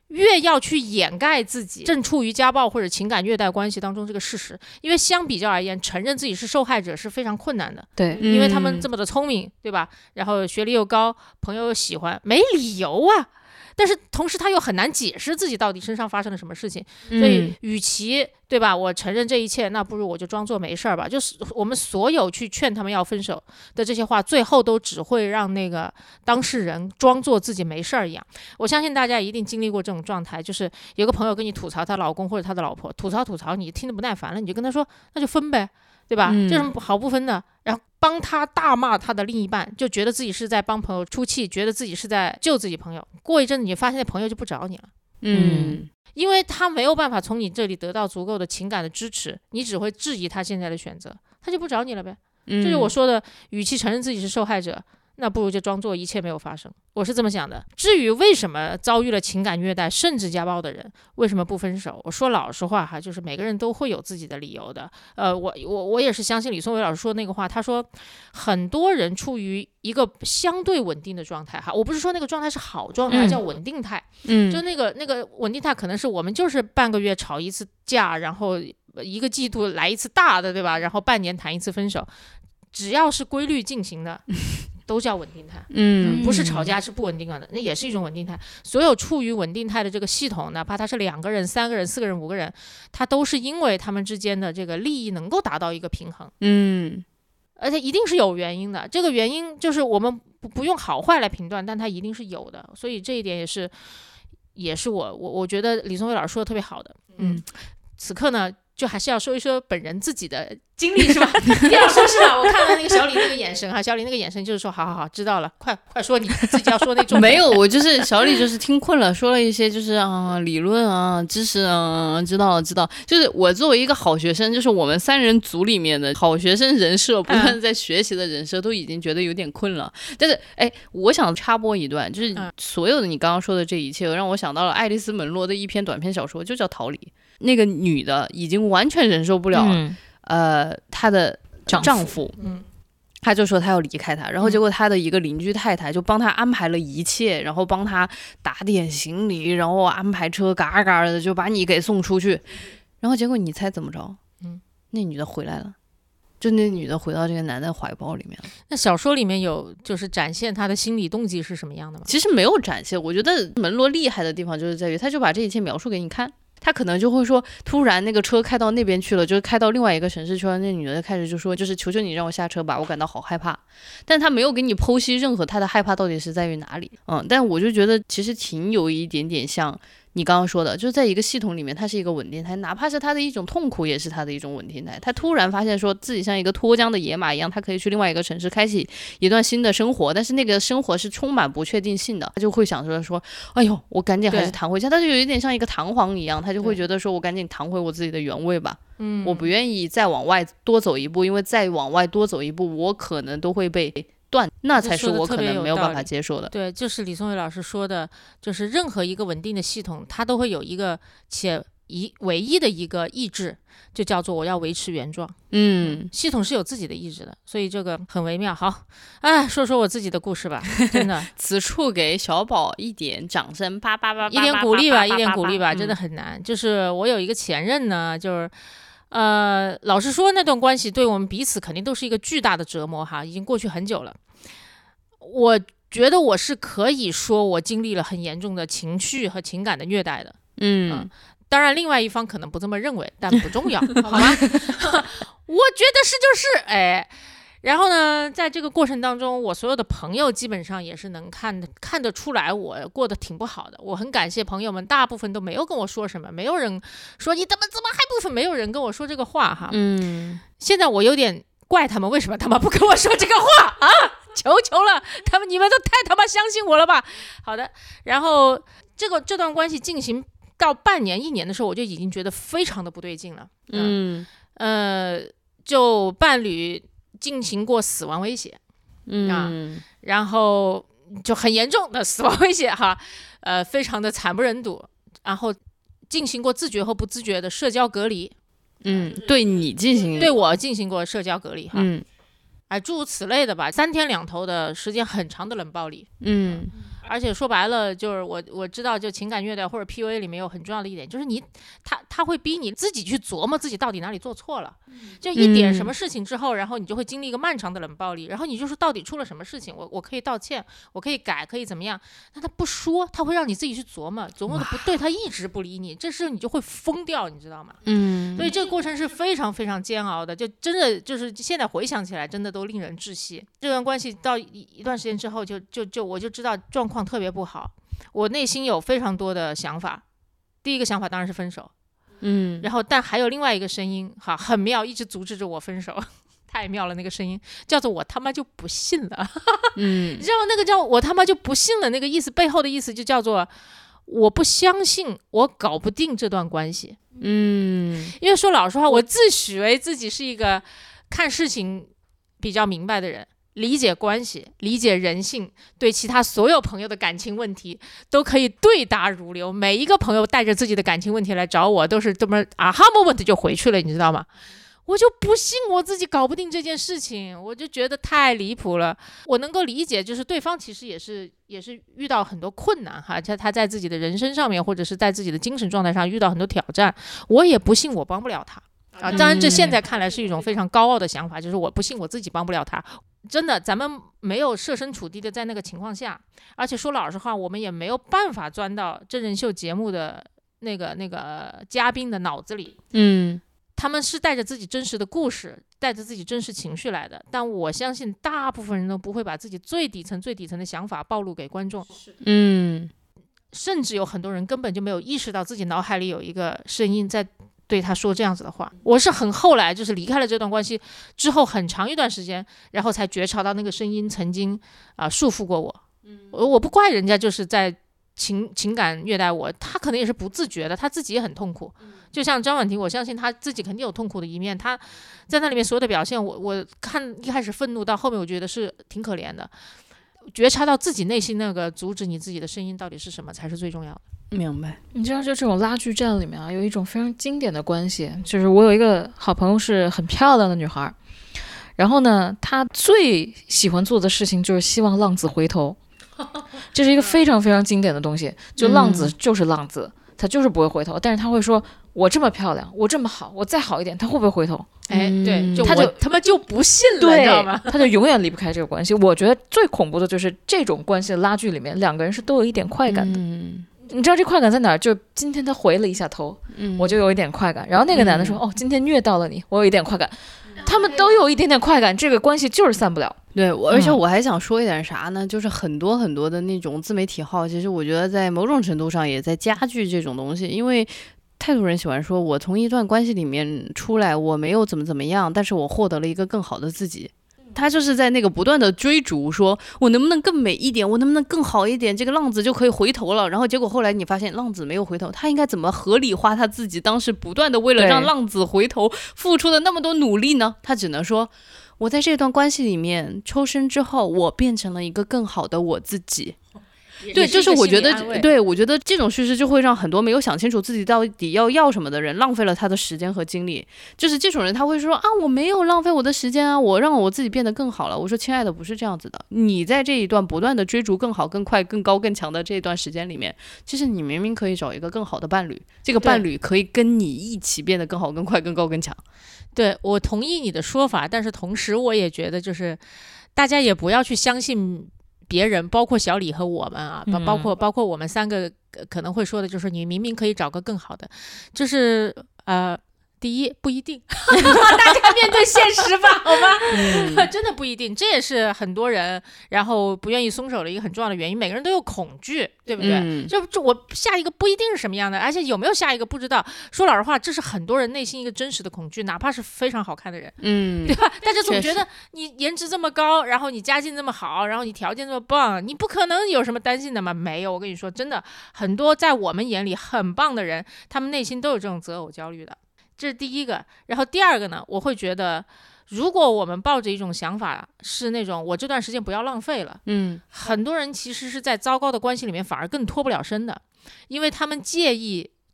Speaker 1: 越要去掩盖自己正处于家暴或者情感虐待关系当中这个事实，因为相比较而言，承认自己是受害者是非常困难的。
Speaker 3: 对，
Speaker 1: 因为他们这么的聪明，对吧？然后学历又高，朋友又喜欢，没理由啊。但是同时他又很难解释自己到底身上发生了什么事情，所以与其对吧，我承认这一切，那不如我就装作没事儿吧。就是我们所有去劝他们要分手的这些话，最后都只会让那个当事人装作自己没事儿一样。我相信大家一定经历过这种状态，就是有个朋友跟你吐槽她老公或者她的老婆，吐槽吐槽，你听得不耐烦了，你就跟他说那就分呗，对吧？
Speaker 3: 嗯、
Speaker 1: 这有什么好不分的？然后帮他大骂他的另一半，就觉得自己是在帮朋友出气，觉得自己是在救自己朋友。过一阵子你发现那朋友就不找你了，
Speaker 3: 嗯，
Speaker 1: 因为他没有办法从你这里得到足够的情感的支持，你只会质疑他现在的选择，他就不找你了呗。
Speaker 3: 嗯、
Speaker 1: 这就是我说的，与其承认自己是受害者，那不如就装作一切没有发生。我是这么想的。至于为什么遭遇了情感虐待甚至家暴的人为什么不分手，我说老实话哈，就是每个人都会有自己的理由的。呃，我我我也是相信李松伟老师说那个话，他说很多人处于一个相对稳定的状态哈，我不是说那个状态是好状态，嗯、叫稳定态。嗯，就那个那个稳定态可能是我们就是半个月吵一次架，然后一个季度来一次大的，对吧？然后半年谈一次分手，只要是规律进行的。都叫稳定态，嗯，不是吵架是不稳定的，那也是一种稳定态。所有处于稳定态的这个系统，哪怕他是两个人、三个人、四个人、五个人，他都是因为他们之间的这个利益能够达到一个平衡，嗯，而且一定是有原因的。这个原因就是我们不不用好坏来评断，但它一定是有的。所以这一点也是，也是我我我觉得李松蔚老师说的特别好的，嗯，此刻呢。就还是要说一说本人自己的经历是吧？你要说是吧？我看到那个小李那个眼神哈，小李那个眼神就是说，好好好，知道了，快快说你自己要说那种。
Speaker 2: 没有，我就是小李，就是听困了，说了一些就是啊理论啊知识啊，知道了知道。就是我作为一个好学生，就是我们三人组里面的好学生人设，不断在学习的人设，都已经觉得有点困了。嗯、但是哎，我想插播一段，就是所有的你刚刚说的这一切，让我想到了爱丽丝·门罗的一篇短篇小说，就叫《逃离》。那个女的已经完全忍受不了，嗯、呃，她的丈夫，嗯，她就说她要离开他，然后结果她的一个邻居太太就帮她安排了一切，然后帮她打点行李，然后安排车，嘎嘎的就把你给送出去，然后结果你猜怎么着？嗯，那女的回来了。就那女的回到这个男的怀抱里面了。
Speaker 1: 那小说里面有就是展现她的心理动机是什么样的吗？
Speaker 2: 其实没有展现，我觉得门罗厉害的地方就是在于，他就把这一切描述给你看。他可能就会说，突然那个车开到那边去了，就是开到另外一个城市去了，那女的开始就说，就是求求你让我下车吧，我感到好害怕。但他没有给你剖析任何他的害怕到底是在于哪里。嗯，但我就觉得其实挺有一点点像你刚刚说的，就是在一个系统里面，它是一个稳定态，哪怕是他的一种痛苦，也是他的一种稳定态。他突然发现说自己像一个脱缰的野马一样，他可以去另外一个城市开启一段新的生活，但是那个生活是充满不确定性的，他就会想说说，哎呦，我赶紧还是弹回家，他就有一点像一个弹簧一样，他就会觉得说我赶紧弹回我自己的原位吧。嗯，我不愿意再往外多走一步，因为再往外多走一步，我可能都会被断，那才是我可能没有办法接受的。
Speaker 1: 对，就是李松蔚老师说的，就是任何一个稳定的系统，它都会有一个且一唯一的一个意志，就叫做我要维持原状。嗯，系统是有自己的意志的，所以这个很微妙。好，哎，说说我自己的故事吧，真的，
Speaker 2: 此处给小宝一点掌声，叭叭叭，
Speaker 1: 一点鼓励吧，一点鼓励吧，真的很难。就是我有一个前任呢，就是。呃，老实说，那段关系对我们彼此肯定都是一个巨大的折磨哈，已经过去很久了。我觉得我是可以说我经历了很严重的情绪和情感的虐待的，嗯，呃、当然另外一方可能不这么认为，但不重要，好吗？我觉得是就是，哎。然后呢，在这个过程当中，我所有的朋友基本上也是能看看得出来我过得挺不好的。我很感谢朋友们，大部分都没有跟我说什么，没有人说你怎么怎么还不分，没有人跟我说这个话哈。嗯，现在我有点怪他们，为什么他们不跟我说这个话啊？求求了，他们你们都太他妈相信我了吧？好的，然后这个这段关系进行到半年一年的时候，我就已经觉得非常的不对劲了。嗯，呃，就伴侣。进行过死亡威胁，嗯、啊，然后就很严重的死亡威胁哈，呃，非常的惨不忍睹，然后进行过自觉和不自觉的社交隔离，
Speaker 2: 嗯，对你进行，
Speaker 1: 对我进行过社交隔离哈，嗯，哎，诸如此类的吧，三天两头的时间很长的冷暴力，嗯， 而且说白了，就是我我知道，就情感虐待或者 P U A 里面有很重要的一点，就是你他他会逼你自己去琢磨自己到底哪里做错了，就一点什么事情之后，然后你就会经历一个漫长的冷暴力，然后你就说到底出了什么事情，我我可以道歉，我可以改，可以怎么样？但他不说，他会让你自己去琢磨，琢磨的不对，他一直不理你，这时候你就会疯掉，你知道吗？嗯，所以这个过程是非常非常煎熬的，就真的就是现在回想起来，真的都令人窒息。这段关系到一一段时间之后就，就就就我就知道状况特别不好，我内心有非常多的想法。第一个想法当然是分手，嗯，然后但还有另外一个声音，哈，很妙，一直阻止着我分手，太妙了，那个声音叫做我他妈就不信了，嗯，你知道那个叫我他妈就不信了，那个意思背后的意思就叫做我不相信我搞不定这段关系，嗯，因为说老实话，我自诩为自己是一个看事情比较明白的人。理解关系，理解人性，对其他所有朋友的感情问题都可以对答如流。每一个朋友带着自己的感情问题来找我，都是这么啊哈 moment 就回去了，你知道吗？我就不信我自己搞不定这件事情，我就觉得太离谱了。我能够理解，就是对方其实也是也是遇到很多困难哈，他他在自己的人生上面，或者是在自己的精神状态上遇到很多挑战，我也不信我帮不了他。啊，当然这现在看来是一种非常高傲的想法，就是我不信我自己帮不了他。真的，咱们没有设身处地的在那个情况下，而且说老实话，我们也没有办法钻到真人秀节目的那个那个嘉宾的脑子里。嗯，他们是带着自己真实的故事，带着自己真实情绪来的。但我相信大部分人都不会把自己最底层、最底层的想法暴露给观众。嗯，甚至有很多人根本就没有意识到自己脑海里有一个声音在对他说这样子的话。我是很后来就是离开了这段关系之后很长一段时间，然后才觉察到那个声音曾经啊、呃、束缚过我。我我不怪人家就是在情情感虐待我，他可能也是不自觉的，他自己也很痛苦。就像张婉婷，我相信他自己肯定有痛苦的一面，他在那里面所有的表现，我我看一开始愤怒，到后面我觉得是挺可怜的。觉察到自己内心那个阻止你自己的声音到底是什么才是最重要的。
Speaker 2: 明白。
Speaker 3: 你知道就这种拉锯战里面啊，有一种非常经典的关系，就是我有一个好朋友是很漂亮的女孩，然后呢她最喜欢做的事情就是希望浪子回头，这是一个非常非常经典的东西，就浪子就是浪子、嗯、他就是不会回头，但是他会说我这么漂亮，我这么好，我再好一点，他会不会回头？
Speaker 1: 哎，对，就
Speaker 3: 他就
Speaker 1: 他们就不信了，你知道吗？
Speaker 3: 他就永远离不开这个关系。我觉得最恐怖的就是这种关系的拉锯里面，两个人是都有一点快感的。嗯，你知道这快感在哪儿？就今天他回了一下头、嗯、我就有一点快感，然后那个男的说、嗯、哦，今天虐到了你，我有一点快感，他们都有一点点快感，这个关系就是散不了。
Speaker 2: 对，而且我还想说一点啥呢、嗯、就是很多很多的那种自媒体号，其实我觉得在某种程度上也在加剧这种东西，因为太多人喜欢说我从一段关系里面出来，我没有怎么怎么样，但是我获得了一个更好的自己。他就是在那个不断的追逐，说我能不能更美一点，我能不能更好一点，这个浪子就可以回头了。然后结果后来你发现浪子没有回头，他应该怎么合理化他自己当时不断的为了让浪子回头付出的那么多努力呢？他只能说我在这段关系里面抽身之后，我变成了一个更好的我自己。对，就是我觉得，对，我觉得这种叙事就会让很多没有想清楚自己到底要要什么的人浪费了他的时间和精力。就是这种人他会说啊，我没有浪费我的时间啊，我让我自己变得更好了。我说亲爱的，不是这样子的。你在这一段不断的追逐更好更快更高更强的这一段时间里面，其实你明明可以找一个更好的伴侣，这个伴侣可以跟你一起变得更好更快更高更强。
Speaker 1: 对，我同意你的说法，但是同时我也觉得就是大家也不要去相信别人，包括小李和我们啊，包包括包括我们三个可能会说的就是你明明可以找个更好的，就是呃第一不一定大家面对现实吧，好吗、嗯、真的不一定，这也是很多人然后不愿意松手的一个很重要的原因。每个人都有恐惧，对不对、嗯、就, 就我下一个不一定是什么样的，而且有没有下一个不知道。说老实话，这是很多人内心一个真实的恐惧，哪怕是非常好看的人，嗯，对吧？大家总觉得你颜值这么高，然后你家境这么好，然后你条件这么棒，你不可能有什么担心的嘛？没有，我跟你说真的，很多在我们眼里很棒的人，他们内心都有这种择偶焦虑的，这是第一个。然后第二个呢，我会觉得如果我们抱着一种想法是那种我这段时间不要浪费了，嗯，很多人其实是在糟糕的关系里面反而更脱不了身的，因为他们介意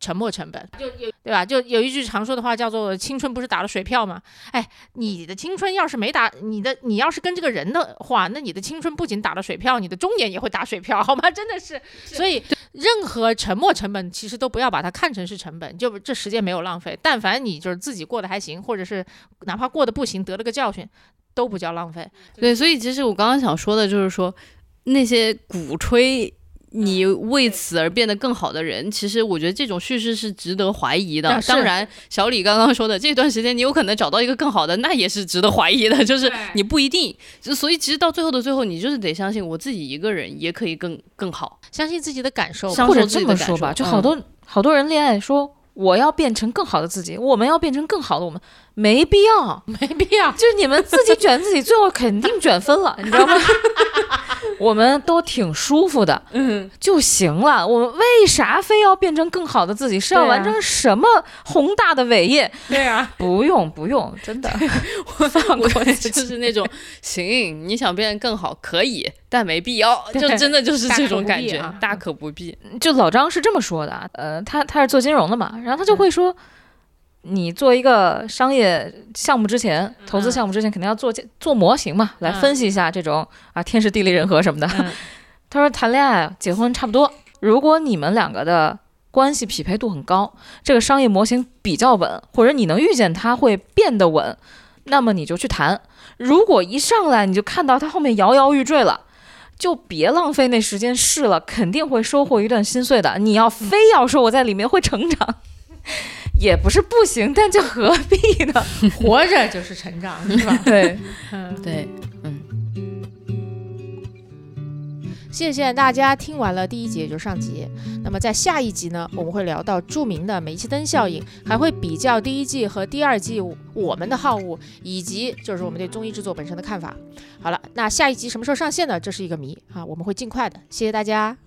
Speaker 1: 沉没成本，就有对吧？就有一句常说的话叫做青春不是打了水漂吗？哎，你的青春要是没打，你的你要是跟这个人的话，那你的青春不仅打了水漂，你的中年也会打水漂，好吗？真的是，所以任何沉没成本其实都不要把它看成是成本，就这时间没有浪费。但凡你就是自己过得还行，或者是哪怕过得不行，得了个教训，都不叫浪费。
Speaker 2: 对，所以其实我刚刚想说的就是说，那些鼓吹你为此而变得更好的人，其实我觉得这种叙事是值得怀疑的。当然小李刚刚说的这段时间你有可能找到一个更好的，那也是值得怀疑的，就是你不一定。所以其实到最后的最后，你就是得相信我自己一个人也可以更更好，
Speaker 1: 相信自己的感受，
Speaker 3: 或者这么说吧，就好多、嗯、好多人恋爱说我要变成更好的自己，我们要变成更好的我们，没必要，
Speaker 1: 没必要，
Speaker 3: 就是你们自己卷自己，最后肯定卷分了，你知道吗？我们都挺舒服的，嗯，就行了。我们为啥非要变成更好的自己？是要完成什么宏大的伟业？
Speaker 1: 对啊，
Speaker 3: 不用不用，真的，
Speaker 2: 我放过就是那种行，你想变得更好可以，但没必要，就真的就是这种感觉，大可不必。
Speaker 3: 就老张是这么说的，呃，他他是做金融的嘛，然后他就会说。嗯，你做一个商业项目之前，投资项目之前肯定要做做模型嘛，来分析一下这种啊天时地利人和什么的。嗯、他说谈恋爱结婚差不多，如果你们两个的关系匹配度很高，这个商业模型比较稳，或者你能预见它会变得稳，那么你就去谈。如果一上来你就看到它后面摇摇欲坠了，就别浪费那时间试了，肯定会收获一段心碎的。你要非要说我在里面会成长。也不是不行，但就何必呢？
Speaker 1: 活着就是成长，是吧？
Speaker 3: 对，
Speaker 2: 嗯，对，嗯。
Speaker 1: 谢谢大家听完了第一集，也就是上集。那么在下一集呢，我们会聊到著名的煤气灯效应，还会比较第一季和第二季我们的好恶，以及就是我们对综艺制作本身的看法。好了，那下一集什么时候上线呢？这是一个谜啊，我们会尽快的。谢谢大家。